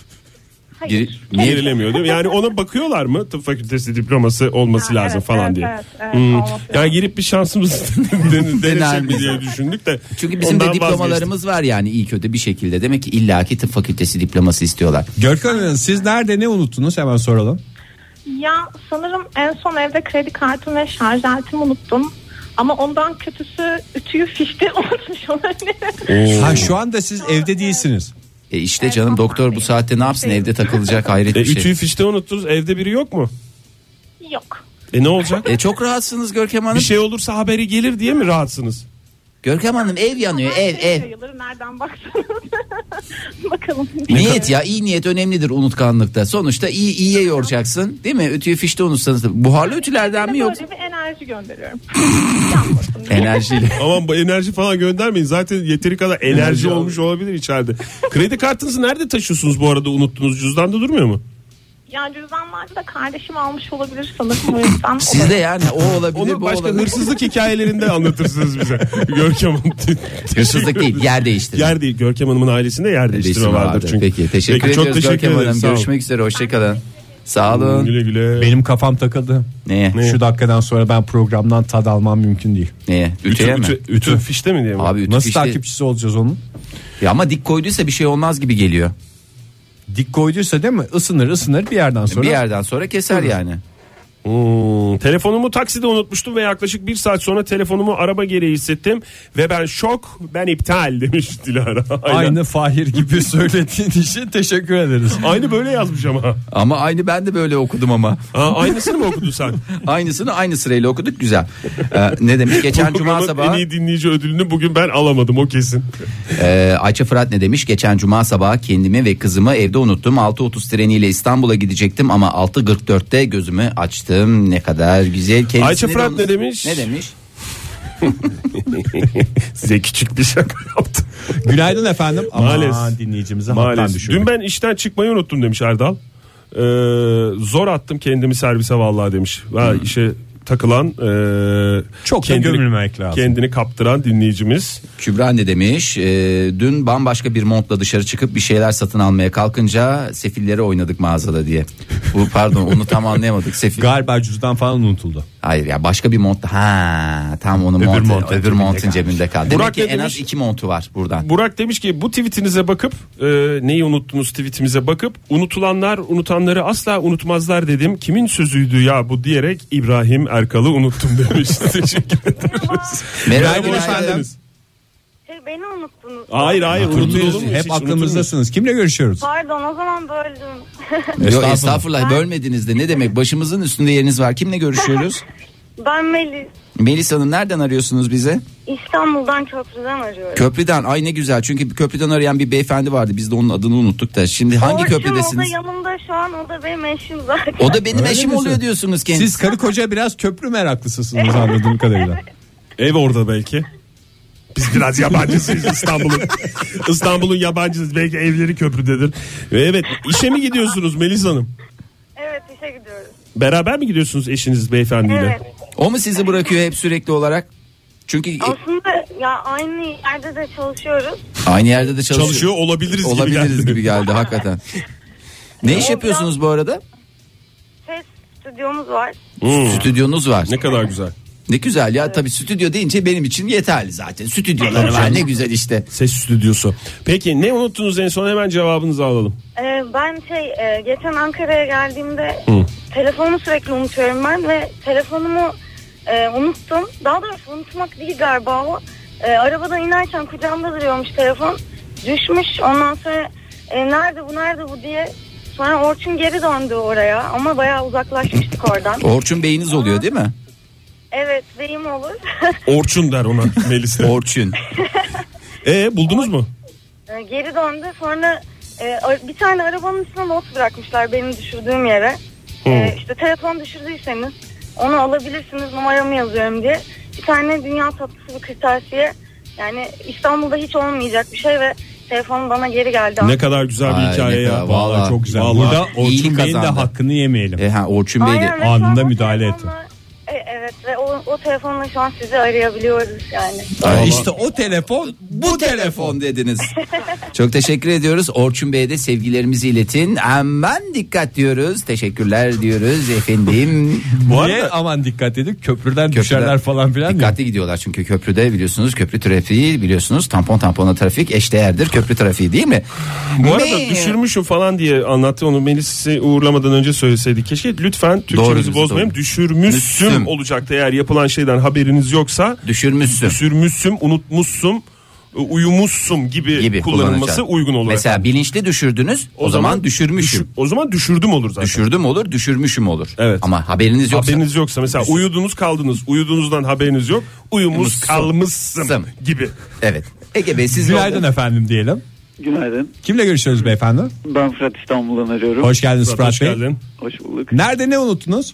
Hayır. Niye? Girilemiyor değil mi? Yani ona bakıyorlar mı? Tıp fakültesi diploması olması lazım evet, falan evet, diye. evet, olması Yani lazım. girip bir şansımız denesek mi diye düşündük de. Çünkü bizim de ondan diplomalarımız var yani iyi kötü bir şekilde. Demek ki illaki tıp fakültesi diploması istiyorlar. Görkem Hanım, siz nerede ne unuttunuz, hemen soralım. Ya sanırım en son evde kredi kartım ve şarj aletimi unuttum. Ama ondan kötüsü ütüyü fişte unutmuş olabilirim. Ha, şu anda siz evde değilsiniz. İşte canım doktor bu saatte ne yapsın, evde takılacak hayret bir şey. Ütüyü fişte unuttunuz, evde biri yok mu? Yok. Ne olacak? Çok rahatsınız Görkem Hanım. Bir şey olursa haberi gelir diye mi rahatsınız? Görkem Hanım ev yanıyor, ev. Sayılır, nereden baksanız. Bakalım. Niyet ya, iyi niyet önemlidir unutkanlıkta. Sonuçta iyiye yoracaksın değil mi? Ütüyü fişte unutsanız. Buharlı ütülerden mi yoksa? Böyle bir enerji gönderiyorum. Enerjiyle. Aman bu enerji falan göndermeyin. Zaten yeteri kadar enerji olmuş olabilir içeride. Kredi kartınızı nerede taşıyorsunuz bu arada, unuttunuz? Cüzdanda durmuyor mu? Yani cüzdanlarda da kardeşim almış olabilir sanırım, o yüzden. Sizde yani o olabilir, Onu bu başka olabilir. hırsızlık hikayelerinde anlatırsınız bize. Görkem Hanım. Hırsızlık değil, yer değiştirme. Yer değil. Görkem Hanım'ın ailesinde yer değiştirme Değiştirme vardır çünkü. Peki teşekkür Peki, çok ediyoruz teşekkür Görkem ederim. Hanım. Sağ olun. Görüşmek üzere, hoşçakalın. Sağ olun. Güle güle. Benim kafam takıldı. Neye? Şu dakikadan sonra ben programdan tad almam mümkün değil. Neye? Ütüye mi? Ütü fişte mi diye mi? Abi ütü Nasıl fişte- takipçisi olacağız onun? Ya ama dik koyduysa bir şey olmaz gibi geliyor. Dik koyduysa değil mi? Isınır bir yerden sonra. Bir yerden sonra keser yani. Telefonumu takside unutmuştum ve yaklaşık 1 saat sonra telefonumu araba gereği hissettim ve ben şok, ben iptal demiş Dilara. Aynı Fahir gibi söylediğin için teşekkür ederiz. Aynı böyle yazmış ama. Ama aynı ben de böyle okudum ama. Aynısını mı okudun sen? Aynısını aynı sırayla okuduk, güzel. Ne demiş geçen cuma Programın sabahı? en iyi dinleyici ödülünü bugün ben alamadım, o kesin. Ayça Fırat ne demiş? Geçen cuma sabahı kendimi ve kızımı evde unuttum. 6.30 treniyle İstanbul'a gidecektim ama 6.44'te gözümü açtım. Ne kadar güzel. Kendisini Ayça de Fırat ne demiş? Ne demiş? Size küçük bir şaka yaptım. Günaydın efendim. Aman Maalesef. dinleyicimizi hattan Maalesef. düşürdük. Dün ben işten çıkmayı unuttum demiş Erdal. Zor attım kendimi servise vallahi demiş. İşe takılan Çok da gömülmemek lazım. Kendini kaptıran dinleyicimiz. Kübra ne demiş? Dün bambaşka bir montla dışarı çıkıp bir şeyler satın almaya kalkınca sefilleri oynadık mağazada diye. Bu pardon, onu tam anlayamadık. Sefil. Galiba cüzdan falan unutuldu. Hayır ya, başka bir montla. Ha tam onu öbür montun cebinde kaldı. Demek Burak ki ne en az demiş? 2 montu var buradan. Burak demiş ki bu tweetinize bakıp neyi unuttunuz tweetimize bakıp unutulanlar unutanları asla unutmazlar dedim. Kimin sözüydü ya bu diyerek İbrahim Erkal'ı unuttum demiş. Teşekkür ederiz. Merhaba Hoş efendim. geldiniz. Beni unuttunuz. Hayır unutulur mu? Hep aklımızdasınız. Kimle görüşüyoruz? Pardon, o zaman böldüm. Yok estağfurullah, bölmediniz de ne demek, başımızın üstünde yeriniz var. Kimle görüşüyoruz? Ben Melis. Melis Hanım, nereden arıyorsunuz bize? İstanbul'dan, köprüden arıyorum. Köprüden. Ay ne güzel, çünkü köprüden arayan bir beyefendi vardı, biz de onun adını unuttuk da. Şimdi hangi Orçun, köprüdesiniz? O da yanımda şu an, o da benim eşim zaten. O da benim Öyle eşim misin? oluyor diyorsunuz kendisi. Siz karı koca biraz köprü meraklısısınız anladığım kadarıyla. Ev orada belki. Biz biraz yabancısıyız İstanbul'un. İstanbul'un yabancısıyız. Belki evleri köprüdedir. Evet, işe mi gidiyorsunuz Melis Hanım? Evet, işe gidiyoruz. Beraber mi gidiyorsunuz eşiniz beyefendiyle? Evet. O mu sizi bırakıyor hep sürekli olarak? Çünkü Aslında ya aynı yerde de çalışıyoruz. aynı yerde de Çalışıyor olabiliriz gibi olabiliriz geldi. gibi geldi hakikaten. Ne iş yapıyorsunuz bu arada? Ses stüdyomuz var. Stüdyonuz var. Ne kadar güzel. Ne güzel ya, tabii stüdyo deyince benim için yeterli zaten. Stüdyoları var, ne güzel işte. Ses stüdyosu. Peki ne unuttunuz en son, hemen cevabınızı alalım. Ben geçen Ankara'ya geldiğimde telefonumu sürekli unutuyorum ben ve telefonumu Unuttum. Daha doğrusu unutmak değil galiba o. Arabadan inerken kucağımda duruyormuş telefon. Düşmüş. Ondan sonra nerede bu diye. Sonra Orçun geri döndü oraya ama bayağı uzaklaşmıştık oradan. Orçun beyiniz oluyor değil mi? Evet, beyim olur. Orçun der ona Melis. Orçun. Buldunuz mu? Geri döndü. Sonra bir tane arabanın üstüne not bırakmışlar benim düşürdüğüm yere. İşte telefon düşürdüyseniz onu alabilirsiniz, numaramı yazıyorum diye. Bir tane dünya tatlısı bir kırtasiye. Yani İstanbul'da hiç olmayacak bir şey ve telefonum bana geri geldi. Ne kadar güzel bir hikaye ya. Vallahi çok güzel. Vallahi. Burada Orçun Bey'in de kazandı. hakkını yemeyelim. Orçun Bey de anında müdahale etti. Evet ve o telefonla şu an sizi arayabiliyoruz yani. İşte o telefon bu telefon dediniz. Çok teşekkür ediyoruz. Orçun Bey'e de sevgilerimizi iletin. Aman dikkat diyoruz. Teşekkürler diyoruz efendim. Niye aman dikkat edin, köprüden düşerler falan filan. Dikkatli gidiyorlar çünkü köprüde biliyorsunuz, köprü trafiği biliyorsunuz, tampona trafik eşdeğerdir köprü trafiği değil mi? Bu arada düşürmüşüm falan diye anlattı, onu Melis'i uğurlamadan önce söyleseydik keşke. Lütfen Türkçemizi bozmayalım. Düşürmüşsüm olacaktı eğer yapılan şeyden haberiniz yoksa. Düşürmüşsüm, unutmuşsum, uyumuşsum gibi kullanılması uygun olur. Mesela efendim, bilinçli düşürdünüz, o zaman düşürmüşüm. O zaman düşürdüm olur zaten. Düşürdüm olur, düşürmüşüm olur. Evet. Ama haberiniz yoksa mesela uyudunuz kaldınız, uyuduğunuzdan haberiniz yok, uyumuş kalmışsın gibi. Evet. Ege Bey siz günaydın efendim diyelim. Günaydın. Kimle görüşüyoruz beyefendi? Ben Fırat, İstanbul'dan arıyorum. Hoş geldiniz Fırat Bey. Geldin. Hoş bulduk. Nerede ne unuttunuz?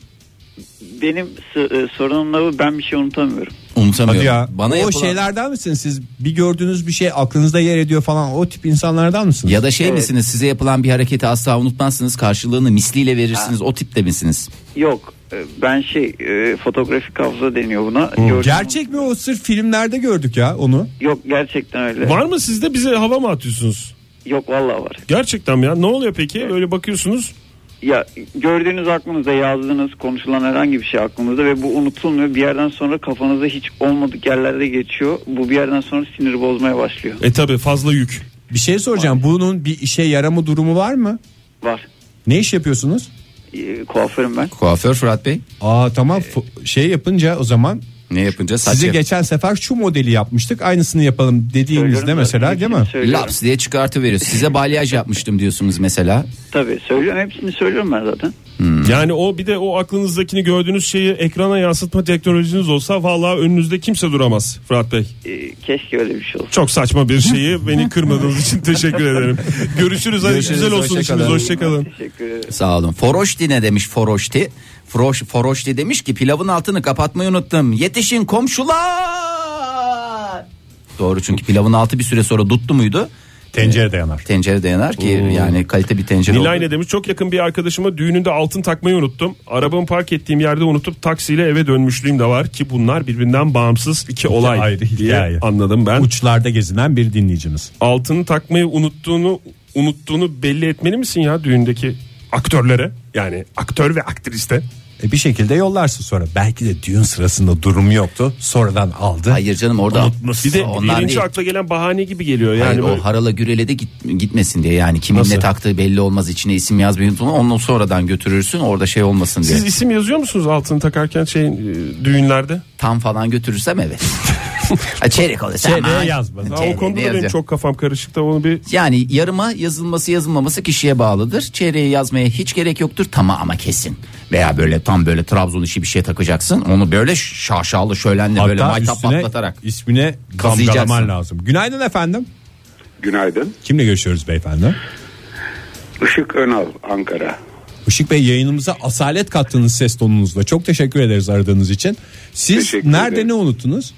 Benim sorunumla ben bir şey unutamıyorum. Hadi ya. O şeylerden misiniz siz? Bir gördüğünüz bir şey aklınızda yer ediyor falan, o tip insanlardan mısınız? Ya da misiniz, size yapılan bir hareketi asla unutmazsınız, karşılığını misliyle verirsiniz, o tipte misiniz? Yok, ben fotoğrafik hafıza deniyor buna. Gerçek mi o, sırf filmlerde gördük ya onu? Yok, gerçekten öyle. Var mı sizde, bize hava mı atıyorsunuz? Yok, vallahi var. Gerçekten mi ya? Ne oluyor peki? Öyle bakıyorsunuz. Ya gördüğünüz aklınızda, yazdığınız, konuşulan herhangi bir şey aklınızda ve bu unutulmuyor. Bir yerden sonra kafanızda hiç olmadık yerlerde geçiyor. Bu bir yerden sonra sinir bozmaya başlıyor. Tabi fazla yük. Bir şey soracağım. Bunun bir işe yarama durumu var mı? Var. Ne iş yapıyorsunuz? Kuaförüm ben. Kuaför Fırat Bey. Tamam. Yapınca o zaman. Ne yapınca? Size geçen sefer şu modeli yapmıştık, aynısını yapalım dediğinizde mesela değil mi? Laps diye çıkartıveriyor. Size balyaj yapmıştım diyorsunuz mesela. Tabii söylüyorum, hepsini söylüyorum ben zaten. Yani o bir de o aklınızdakini, gördüğünüz şeyi ekrana yansıtma teknolojiniz olsa vallahi önünüzde kimse duramaz Fırat Bey. Keşke öyle bir şey olsa. Çok saçma bir şeyi beni kırmadığınız için teşekkür ederim. Görüşürüz. Hadi güzel olsun işiniz. Hoşçakalın. Teşekkür ederim. Sağ olun. Foroşti ne demiş Foroşti? Foroşti demiş ki pilavın altını kapatmayı unuttum. Yetişin komşular. Doğru, çünkü pilavın altı bir süre sonra duttu muydu? Tencerede yanar. Tencerede yanar ki yani kalite bir tencere. Nilay ne demiş? Çok yakın bir arkadaşıma düğününde altın takmayı unuttum. Arabamı park ettiğim yerde unutup taksiyle eve dönmüşlüğüm de var ki bunlar birbirinden bağımsız iki olay ayrı diye hikaye. Anladım ben. Uçlarda gezinen bir dinleyicimiz. Altını takmayı unuttuğunu belli etmeli misin ya düğündeki aktörlere? Yani aktör ve aktriste. Bir şekilde yollarsın sonra. Belki de düğün sırasında durum yoktu. Sonradan aldı. Hayır canım, orada bir de birinci akla gelen bahane gibi geliyor. Yani hayır, böyle... o harala gürele de gitmesin diye, yani kimin Nasıl? ne taktığı belli olmaz, içine isim yazmayı unutma, onu sonradan götürürsün, orada şey olmasın diye. Siz isim yazıyor musunuz altını takarken düğünlerde? Tam falan götürürsem evet. Çeyrek olursa çeyreğe yazmaz. O konuda da benim çok kafam karışık da onu bir... Yani yarıma yazılması kişiye bağlıdır. Çeyreğe yazmaya hiç gerek yoktur, tamam ama kesin. Veya böyle tam böyle Trabzon işi bir şey takacaksın. Onu böyle şaşalı şölenle böyle maytap patlatarak ismine damgalaman lazım. Günaydın efendim. Günaydın. Kimle görüşüyoruz beyefendi? Işık Önal, Ankara. Işık Bey, yayınımıza asalet kattığınız ses tonunuzla çok teşekkür ederiz aradığınız için. Siz Teşekkür nerede ederim. ne unuttunuz?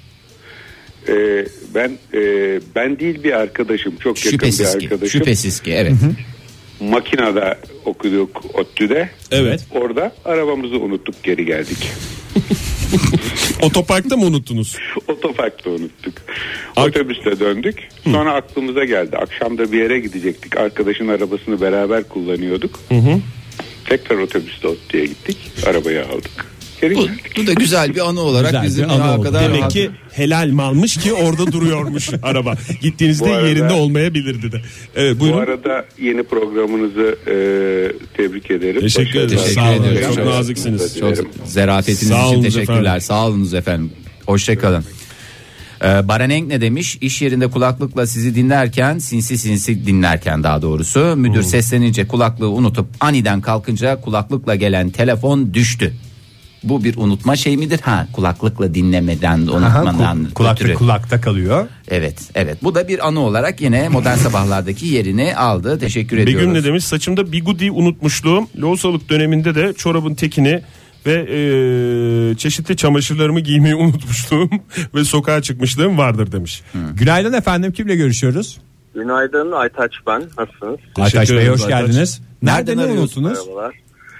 Ben değil, bir arkadaşım, çok yakın bir arkadaşım. Şüphesiz ki evet. Makinada okuduk ODTÜ'de. Evet. Orada arabamızı unuttuk, geri geldik. Otoparkta mı unuttunuz? Otoparkta unuttuk. Otobüste döndük. Sonra aklımıza geldi. Akşam da bir yere gidecektik. Arkadaşın arabasını beraber kullanıyorduk. Tekrar otobüste ODTÜ'ye gittik. Arabayı aldık. Geri Bu, geldik. bu da güzel bir anı olarak Güzel bizim bir anı oldu. kadar Demek rahat- ki helal malmış ki orada duruyormuş araba. Gittiğinizde Bu arada- yerinde olmayabilirdi de. Evet, Bu buyurun. arada yeni programınızı tebrik ederim. Teşekkür ederim. Başarılar. Teşekkür Sağ olun. ediyoruz. Çok naziksiniz. Çok zarafetiniz Sağ için olun teşekkürler. efendim. Sağ olunuz efendim. Hoşçakalın. Baranenk ne demiş? İş yerinde kulaklıkla sizi dinlerken, sinsi dinlerken daha doğrusu, müdür seslenince kulaklığı unutup aniden kalkınca kulaklıkla gelen telefon düştü. Bu bir unutma şey midir? Kulaklıkla dinlemeden unutmadan Kulaklık ötürü. kulakta kalıyor. Evet. Bu da bir anı olarak yine Modern Sabahlar'daki yerini aldı. Teşekkür ediyoruz. Begüm ne demiş? Saçımda bigudi unutmuşluğum. Lohusalık döneminde de çorabın tekini ve çeşitli çamaşırlarımı giymeyi unutmuşluğum ve sokağa çıkmışlığım vardır demiş. Günaydın efendim, kimle görüşüyoruz? Günaydın, Aytaç ben. Nasılsınız? Aytaç Bey, ederiz hoş Aytaç. geldiniz. Nerede ne arıyorsunuz? unuttunuz? Merhabalar.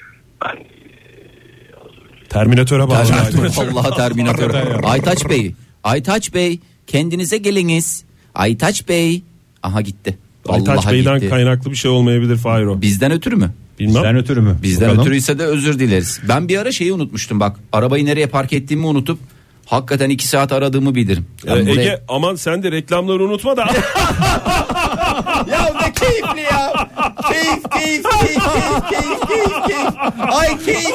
Terminatöre bağlı. Allah Terminatör. Aytaç Bey kendinize geliniz. Aytaç Bey. Aha gitti. Aytaç Vallahi Bey'den gitti. kaynaklı bir şey olmayabilir Fahir o. Bizden ötürü mü? Bilmem. Bizden ötürü mü? Bizden Bakalım. ötürüyse de özür dileriz. Ben bir ara şeyi unutmuştum bak. Arabayı nereye park ettiğimi unutup hakikaten 2 saat aradığımı bilirim. Ben buraya- Ege aman sen de reklamları unutma da. Ya ne keyifli ya. Keyif. Ay keyif.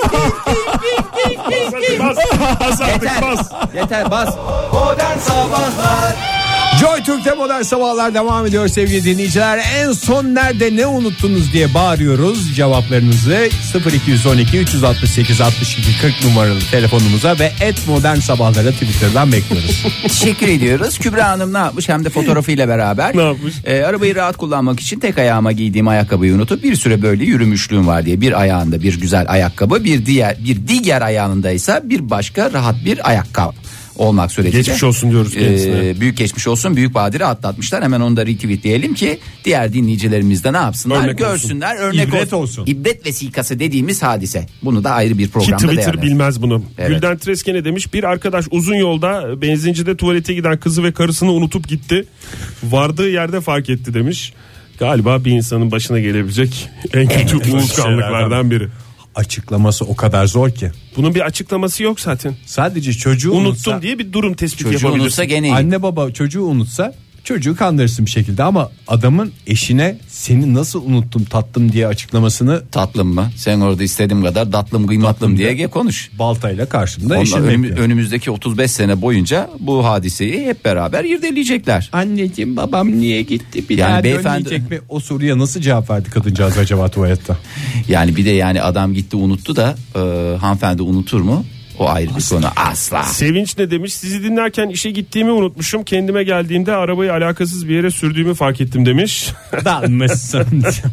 Bas artık bas. Yeter bas. Modern Sabahlar Joy Türk'te Modern Sabahlar devam ediyor sevgili dinleyiciler. En son nerede ne unuttunuz diye bağırıyoruz. Cevaplarınızı 0212 368 62 40 numaralı telefonumuza ve @modern sabahlara Twitter'dan bekliyoruz. Teşekkür ediyoruz. Kübra Hanım ne yapmış? Hem de fotoğrafıyla beraber. Ne yapmış? Arabayı rahat kullanmak için tek ayağıma giydiğim ayakkabıyı unutup bir süre böyle yürümüşlüğüm var diye. Bir ayağında bir güzel ayakkabı, bir diğer ayağında ise bir başka rahat bir ayakkabı olmak suretiyle. Geçmiş olsun diyoruz kendisine. Büyük geçmiş olsun. Büyük badire atlatmışlar. Hemen onu da retweetleyelim ki diğer dinleyicilerimiz de ne yapsınlar? Örnek görsünler. Örnek İbret olsun. İbret vesikası dediğimiz hadise. Bunu da ayrı bir Ki programda Twitter değerlendirelim. bilmez bunu. Evet. Gülden Treske ne demiş? Bir arkadaş uzun yolda benzincide tuvalete giden kızı ve karısını unutup gitti. Vardığı yerde fark etti demiş. Galiba bir insanın başına gelebilecek en kötü unutkanlıklardan biri. Açıklaması o kadar zor ki. Bunun bir açıklaması yok zaten. Sadece çocuğu Unuttum unutsa, diye bir durum tespiti Çocuğu yapabilirsin. unutsa gene iyi. anne baba çocuğu unutsa çocuğu kandırırsın bir şekilde, ama adamın eşine seni nasıl unuttum tatlım diye açıklamasını Tatlım mı? Sen orada istediğim kadar tatlım kıymatlım diye konuş. baltayla karşımda Ondan eşim bekliyor. önümüzdeki 35 sene boyunca bu hadiseyi hep beraber irdeleyecekler. Anneciğim babam niye gitti, bir Yani daha beyefendi- dönmeyecek mi? O soruya nasıl cevap verdi kadıncağız acaba tuvalette? Yani bir de yani adam gitti unuttu da hanımefendi unutur mu? O ayrı bir konu. Asla. Sevinç ne demiş? Sizi dinlerken işe gittiğimi unutmuşum. Kendime geldiğimde arabayı alakasız bir yere sürdüğümü fark ettim demiş. Dalmışsın.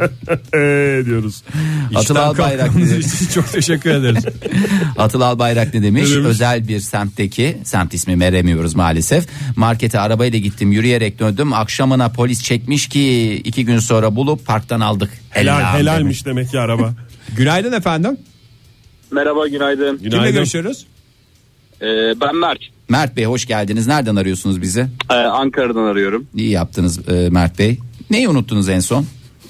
Diyoruz. Atıl Albayrak Kalktığınız ne için çok teşekkür ederiz. Atıl Albayrak ne demiş? Ne demiş? Özel bir semtteki, semt ismi veremiyoruz maalesef. Markete arabayla gittim, yürüyerek döndüm. Akşamına polis çekmiş ki 2 gün sonra bulup parktan aldık. Helalmiş demek ki araba. Günaydın efendim. Merhaba, günaydın. Kimle görüşüyoruz? Ben Mert. Mert Bey hoş geldiniz. Nereden arıyorsunuz bizi? Ankara'dan arıyorum. İyi yaptınız Mert Bey. Neyi unuttunuz en son?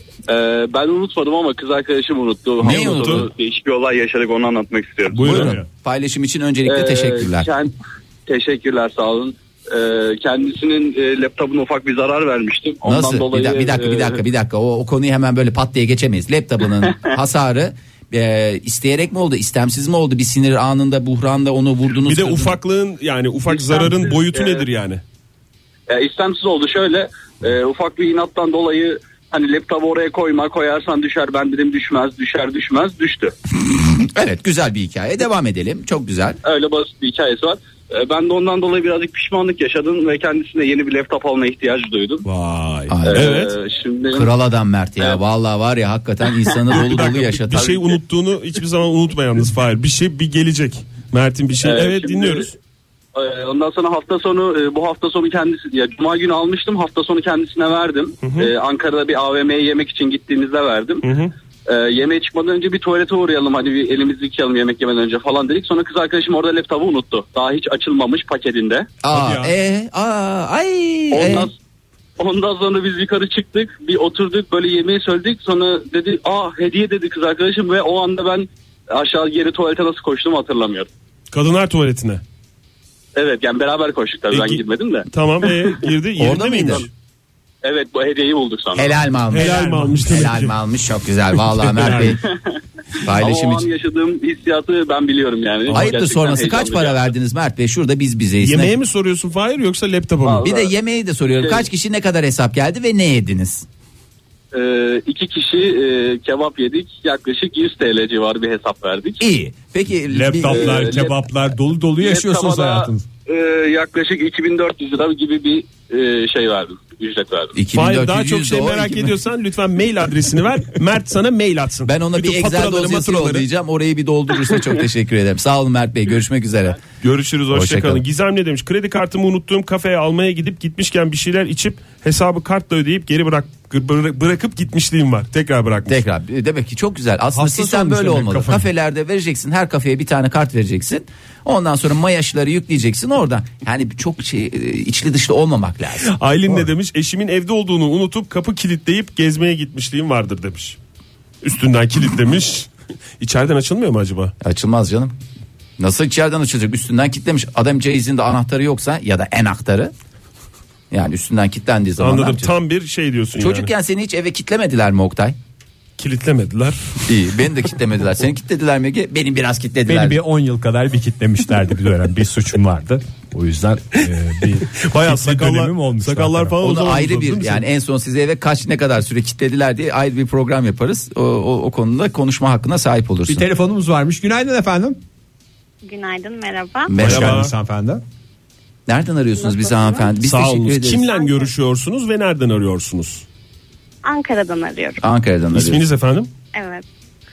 Ben unutmadım ama kız arkadaşım unuttu. Neyi Hafta sonu unuttu? Değişik bir olay yaşadık, onu anlatmak istiyorum. Buyurun. Paylaşım için öncelikle teşekkürler. Teşekkürler, sağ olun. Kendisinin laptopuna ufak bir zarar vermiştim. Ondan Nasıl? dolayı, Bir dakika. O konuyu hemen böyle pat diye geçemeyiz. Laptop'un hasarı isteyerek mi oldu, istemsiz mi oldu? Bir sinir anında, buhranda onu vurdunuz. Bir de kırdınız. ufaklığın yani ufak İstemsiz, zararın boyutu nedir yani? istemsiz oldu şöyle. Ufak bir inattan dolayı hani laptopu oraya koyarsan düşer, ben dedim düşmez, düştü. Evet, güzel bir hikaye. Devam edelim. Çok güzel. Öyle basit bir hikayesi var. Ben de ondan dolayı birazcık pişmanlık yaşadım ve kendisine yeni bir laptop alma ihtiyacı duydum. Vay. Ay, Evet. Şimdi Kral adam Mert ya. Evet. Vallahi var ya, hakikaten insanı dolu dolu Bir yaşatar. şey unuttuğunu hiçbir zaman unutma yalnız Fahir. Bir gelecek. Mert'in bir şey. Evet şimdi, dinliyoruz. Ondan sonra bu hafta sonu kendisi, ya cuma günü almıştım, hafta sonu kendisine verdim. Ankara'da bir AVM'ye yemek için gittiğimizde verdim. Yemeğe çıkmadan önce bir tuvalete uğrayalım, hadi bir elimizi yıkayalım yemek yemeden önce falan dedik. Sonra kız arkadaşım orada laptopu unuttu. Daha hiç açılmamış paketinde. Ondan sonra biz yukarı çıktık, bir oturduk, böyle yemeği söyledik. Sonra dedi hediye dedi kız arkadaşım ve o anda ben aşağı geri tuvalete nasıl koştuğumu hatırlamıyorum. Kadınlar tuvaletine. Evet yani beraber koştuk tabii ben girmedim de. Tamam girdi. Orada mıydın? Evet bu hediyeyi bulduk sonra. Helal mi almış? Helal mi almış? Helal mi almış? Çok güzel. Vallahi Mert Bey. Paylaşım Ama o an için. yaşadığım hissiyatı ben biliyorum yani. Ayıptır Gerçekten sorması. Kaç para heyecanlı. verdiniz Mert Bey? Şurada biz bizeyiz. Yemeğe mi soruyorsun Fahir yoksa laptopa mı? Bir de yemeği de soruyorum. Kaç kişi ne kadar hesap geldi ve ne yediniz? 2 kişi kebap yedik. Yaklaşık 100 TL civarı bir hesap verdik. İyi. Peki Laptoplar, kebaplar dolu yaşıyorsunuz Laptopa da, hayatınız. yaklaşık 2400 lira gibi bir şey verdim. Ücret verdim. Fahir daha çok 2400 şey de o, merak 2000. ediyorsan lütfen mail adresini ver. Mert sana mail atsın. Ben ona Bütün bir Excel faturaları, dosyası maturaları. yollayacağım. Orayı bir doldurursa çok teşekkür ederim. Sağ olun Mert Bey. Görüşmek üzere. Görüşürüz Hoşça hoşçakalın. kalın. Gizem ne demiş? Kredi kartımı unuttuğum kafeye almaya gitmişken bir şeyler içip hesabı kartla ödeyip geri bırakıp gitmişliğim var. Tekrar bırakmış. Tekrar demek ki çok güzel. Aslında Hassas sistem olmuş böyle demek olmalı. kafayı. Kafelerde vereceksin. Her kafeye bir tane kart vereceksin. Ondan sonra mayaşları yükleyeceksin oradan. Yani çok içli dışlı olmamak lazım. Aylin ne demiş? Eşimin evde olduğunu unutup kapı kilitleyip gezmeye gitmişliğim vardır demiş. Üstünden kilitlemiş. İçeriden açılmıyor mu acaba? Açılmaz canım. Nasıl içeriden açılacak? Üstünden kilitlemiş. Adam ceyizinde anahtarı yoksa ya da enahtarı. Yani üstünden kilitlendiği zaman. Anladım. Tam bir şey diyorsun Çocukken yani. seni hiç eve kilitlemediler mi Oktay? Kilitlemediler. İyi, beni de kilitlemediler. Seni kilitlediler mi Ege? Beni biraz kilitlediler. Beni bir 10 yıl kadar bir kitlemişlerdi bir dönem. Bir suçum vardı. O yüzden bir Bayağı kitle dönemim olmuş sakallar zaten. falan. o Onu zaman ayrı uzadı, değil bir mi yani en son size eve kaç ne kadar süre kilitlediler diye ayrı bir program yaparız. O konuda konuşma hakkına sahip olursun. Bir telefonumuz varmış. Günaydın efendim. Günaydın, merhaba. Hoş Merhaba. geldiniz hanımefendi. Nereden arıyorsunuz bizi hanımefendi? Biz Sağ teşekkür olun. ederiz. Kimle görüşüyorsunuz ve nereden arıyorsunuz? Ankara'dan arıyorum. Ankara'dan arıyoruz. İsminiz efendim? Evet.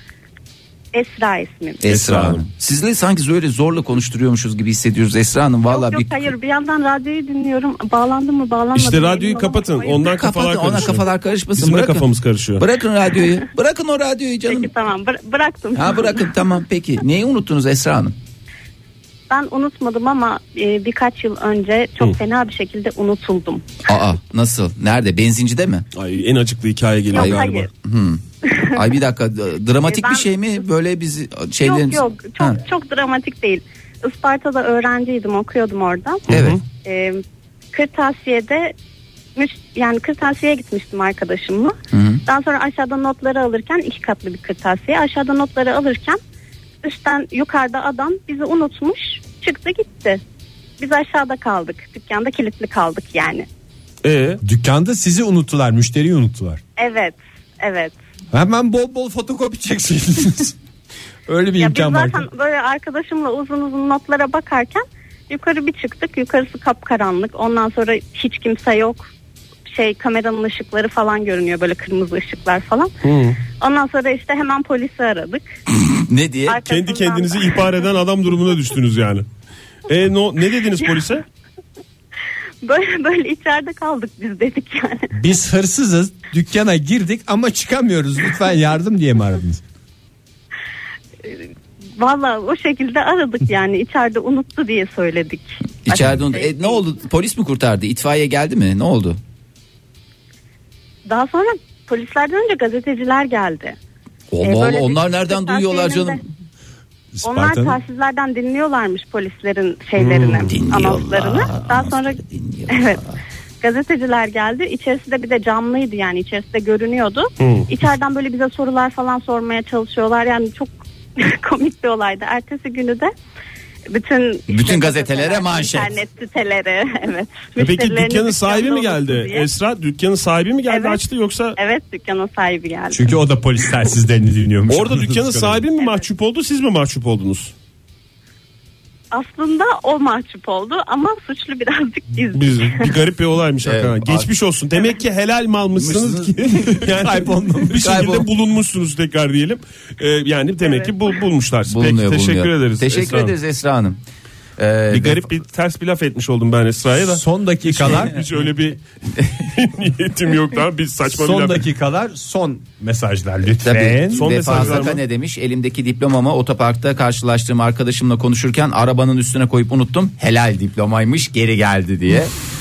Esra ismim. Esra Hanım. Sizle sanki böyle zorla konuşturuyormuşuz gibi hissediyoruz Esra Hanım. Vallahi Yok, hayır, bir yandan radyoyu dinliyorum. Bağlandı mı bağlanmadı İşte mı? radyoyu emin kapatın. olamadım. Ondan kafalar kapatın, ona karışıyor. kafalar karışmasın. Bizim de Bırakın. kafamız karışıyor. Bırakın radyoyu. Bırakın o radyoyu canım. Peki tamam, bıraktım. Ha bırakın tamam peki. Neyi unuttunuz Esra Hanım? Ben unutmadım ama birkaç yıl önce çok fena bir şekilde unutuldum. Aa nasıl? Nerede? Benzincide mi? Ay en acıklı hikaye geliyor Yok, galiba. hayır. Ay bir dakika dramatik Ben- bir şey mi? Böyle biz şeylerimiz... Yok Ha, çok dramatik değil. Isparta'da öğrenciydim, okuyordum orada. evet. Kırtasiye'de yani kırtasiyeye gitmiştim arkadaşımla. Daha sonra aşağıda notları alırken 2 katlı bir kırtasiye. Aşağıda notları alırken üstten yukarıda adam bizi unutmuş, çıktı gitti. Biz aşağıda kaldık. Dükkanda kilitli kaldık yani. Dükkanda sizi unuttular, müşteriyi unuttular. Evet. Hemen bol fotokopi çekseydiniz. Öyle bir Ya biz imkan var. zaten böyle arkadaşımla uzun notlara bakarken yukarı bir çıktık. Yukarısı kapkaranlık. Ondan sonra hiç kimse yok. Kameranın ışıkları falan görünüyor, böyle kırmızı ışıklar falan. Ondan sonra işte hemen polisi aradık. Ne diye? Kendi kendinizi ihbar eden adam durumuna düştünüz yani. Ne dediniz polise? Böyle içeride kaldık biz, dedik yani. Biz hırsızız, dükkana girdik ama çıkamıyoruz. Lütfen yardım diye mi aradınız? Valla o şekilde aradık yani, içeride unuttu diye söyledik. İçeride Başka bir şey ne oldu? Polis mi kurtardı? İtfaiye geldi mi? Ne oldu? Daha sonra polislerden önce gazeteciler geldi. Allah Böyle onlar bir nereden duyuyorlar canım? Onlar telsizlerden dinliyorlarmış polislerin şeylerini, anonslarını. Daha sonra evet, gazeteciler geldi. İçerisi de bir de camlıydı, yani içerisi de görünüyordu. İçeriden böyle bize sorular falan sormaya çalışıyorlar. Yani çok komik bir olaydı. Ertesi günü de bütün gazetelere manşet. İnternet sitelere, evet. Peki Müşterilerin dükkanın sahibi mi dükkanda geldi? olsun diye. Esra, dükkanın sahibi mi geldi, Evet. açtı yoksa? Evet, dükkanın sahibi geldi. Çünkü o da polis telsizlerini dinliyormuş. Orada dükkanın sahibi mi mahcup oldu, siz mi mahcup oldunuz? Aslında o mahcup oldu ama suçlu birazcık biz. Bir garip bir olaymış hakikaten. Evet. Geçmiş olsun. Demek ki helal mi almışsınız ki? Yani bir şekilde Kaybol- bulunmuşsunuz tekrar diyelim. Yani demek ki bulmuşlar. Bulunuyor, Peki, teşekkür bulunuyor. ederiz. Teşekkür Esra Hanım. ederiz Esra Hanım. Bir garip bir ters bir laf etmiş oldum ben Esra'ya da. Son dakikalar Hiç öyle bir niyetim yoktu ama biz saçma bir son laf. dakikalar son mesajlar lütfen. Tabii. Son Vefa mesajlar Saka mı? ne demiş? Elimdeki diplomamı otoparkta karşılaştığım arkadaşımla konuşurken arabanın üstüne koyup unuttum. Helal diplomaymış, geri geldi diye.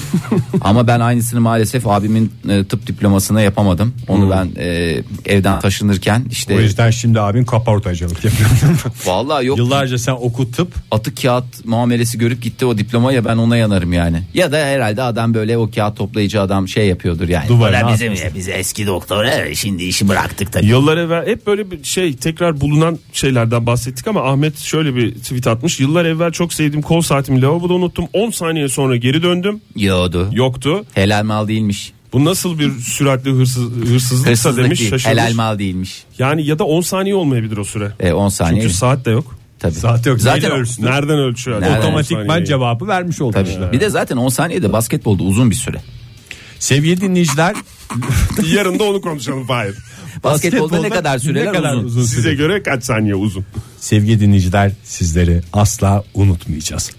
Ama ben aynısını maalesef abimin tıp diplomasına yapamadım. Onu ben evden taşınırken işte. O yüzden şimdi abin kaportacılık yapıyor. Vallahi yok. Yıllarca sen oku tıp. Atık kağıt muamelesi görüp gitti o diplomaya, ben ona yanarım yani. Ya da herhalde adam böyle o kağıt toplayıcı adam şey yapıyordur yani. Biz eski doktor şimdi işi bıraktık tabii. Yıllar evvel hep böyle bir şey tekrar bulunan şeylerden bahsettik ama Ahmet şöyle bir tweet atmış. Yıllar evvel çok sevdiğim kol saatimi lavaboda unuttum. 10 saniye sonra geri döndüm. Yoktu. Helal mal değilmiş. Bu nasıl bir süratli hırsızlıksa demiş, değil, şaşırmış. helal mal değilmiş. Yani ya da 10 saniye olmayabilir o süre. 10 saniye. Çünkü saat de yok. Tabii. Saat yok. Zaten nereden ölçüyor? Otomatikman cevabı vermiş oldu. Tabii. Bir de zaten 10 saniyede basketbolda uzun bir süre. Sevgili dinleyiciler, yarın da onu konuşalım Fahir. Basketbolda ne kadar süreler uzun? Size göre kaç saniye uzun? Sevgili dinleyiciler, sizleri asla unutmayacağız.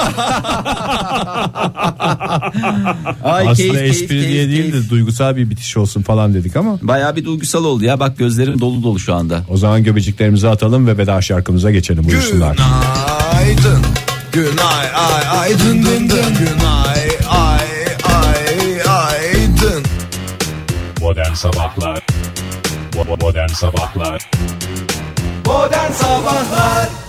Aslında espri diye değil de duygusal bir bitiş olsun falan dedik ama. Bayağı bir duygusal oldu ya, bak gözlerim dolu dolu şu anda. O zaman göbeciklerimizi atalım ve veda şarkımıza geçelim, buyursunlar. Günaydın. Günaydın. Günaydın. Modern Sabahlar. Modern Sabahlar. Modern Sabahlar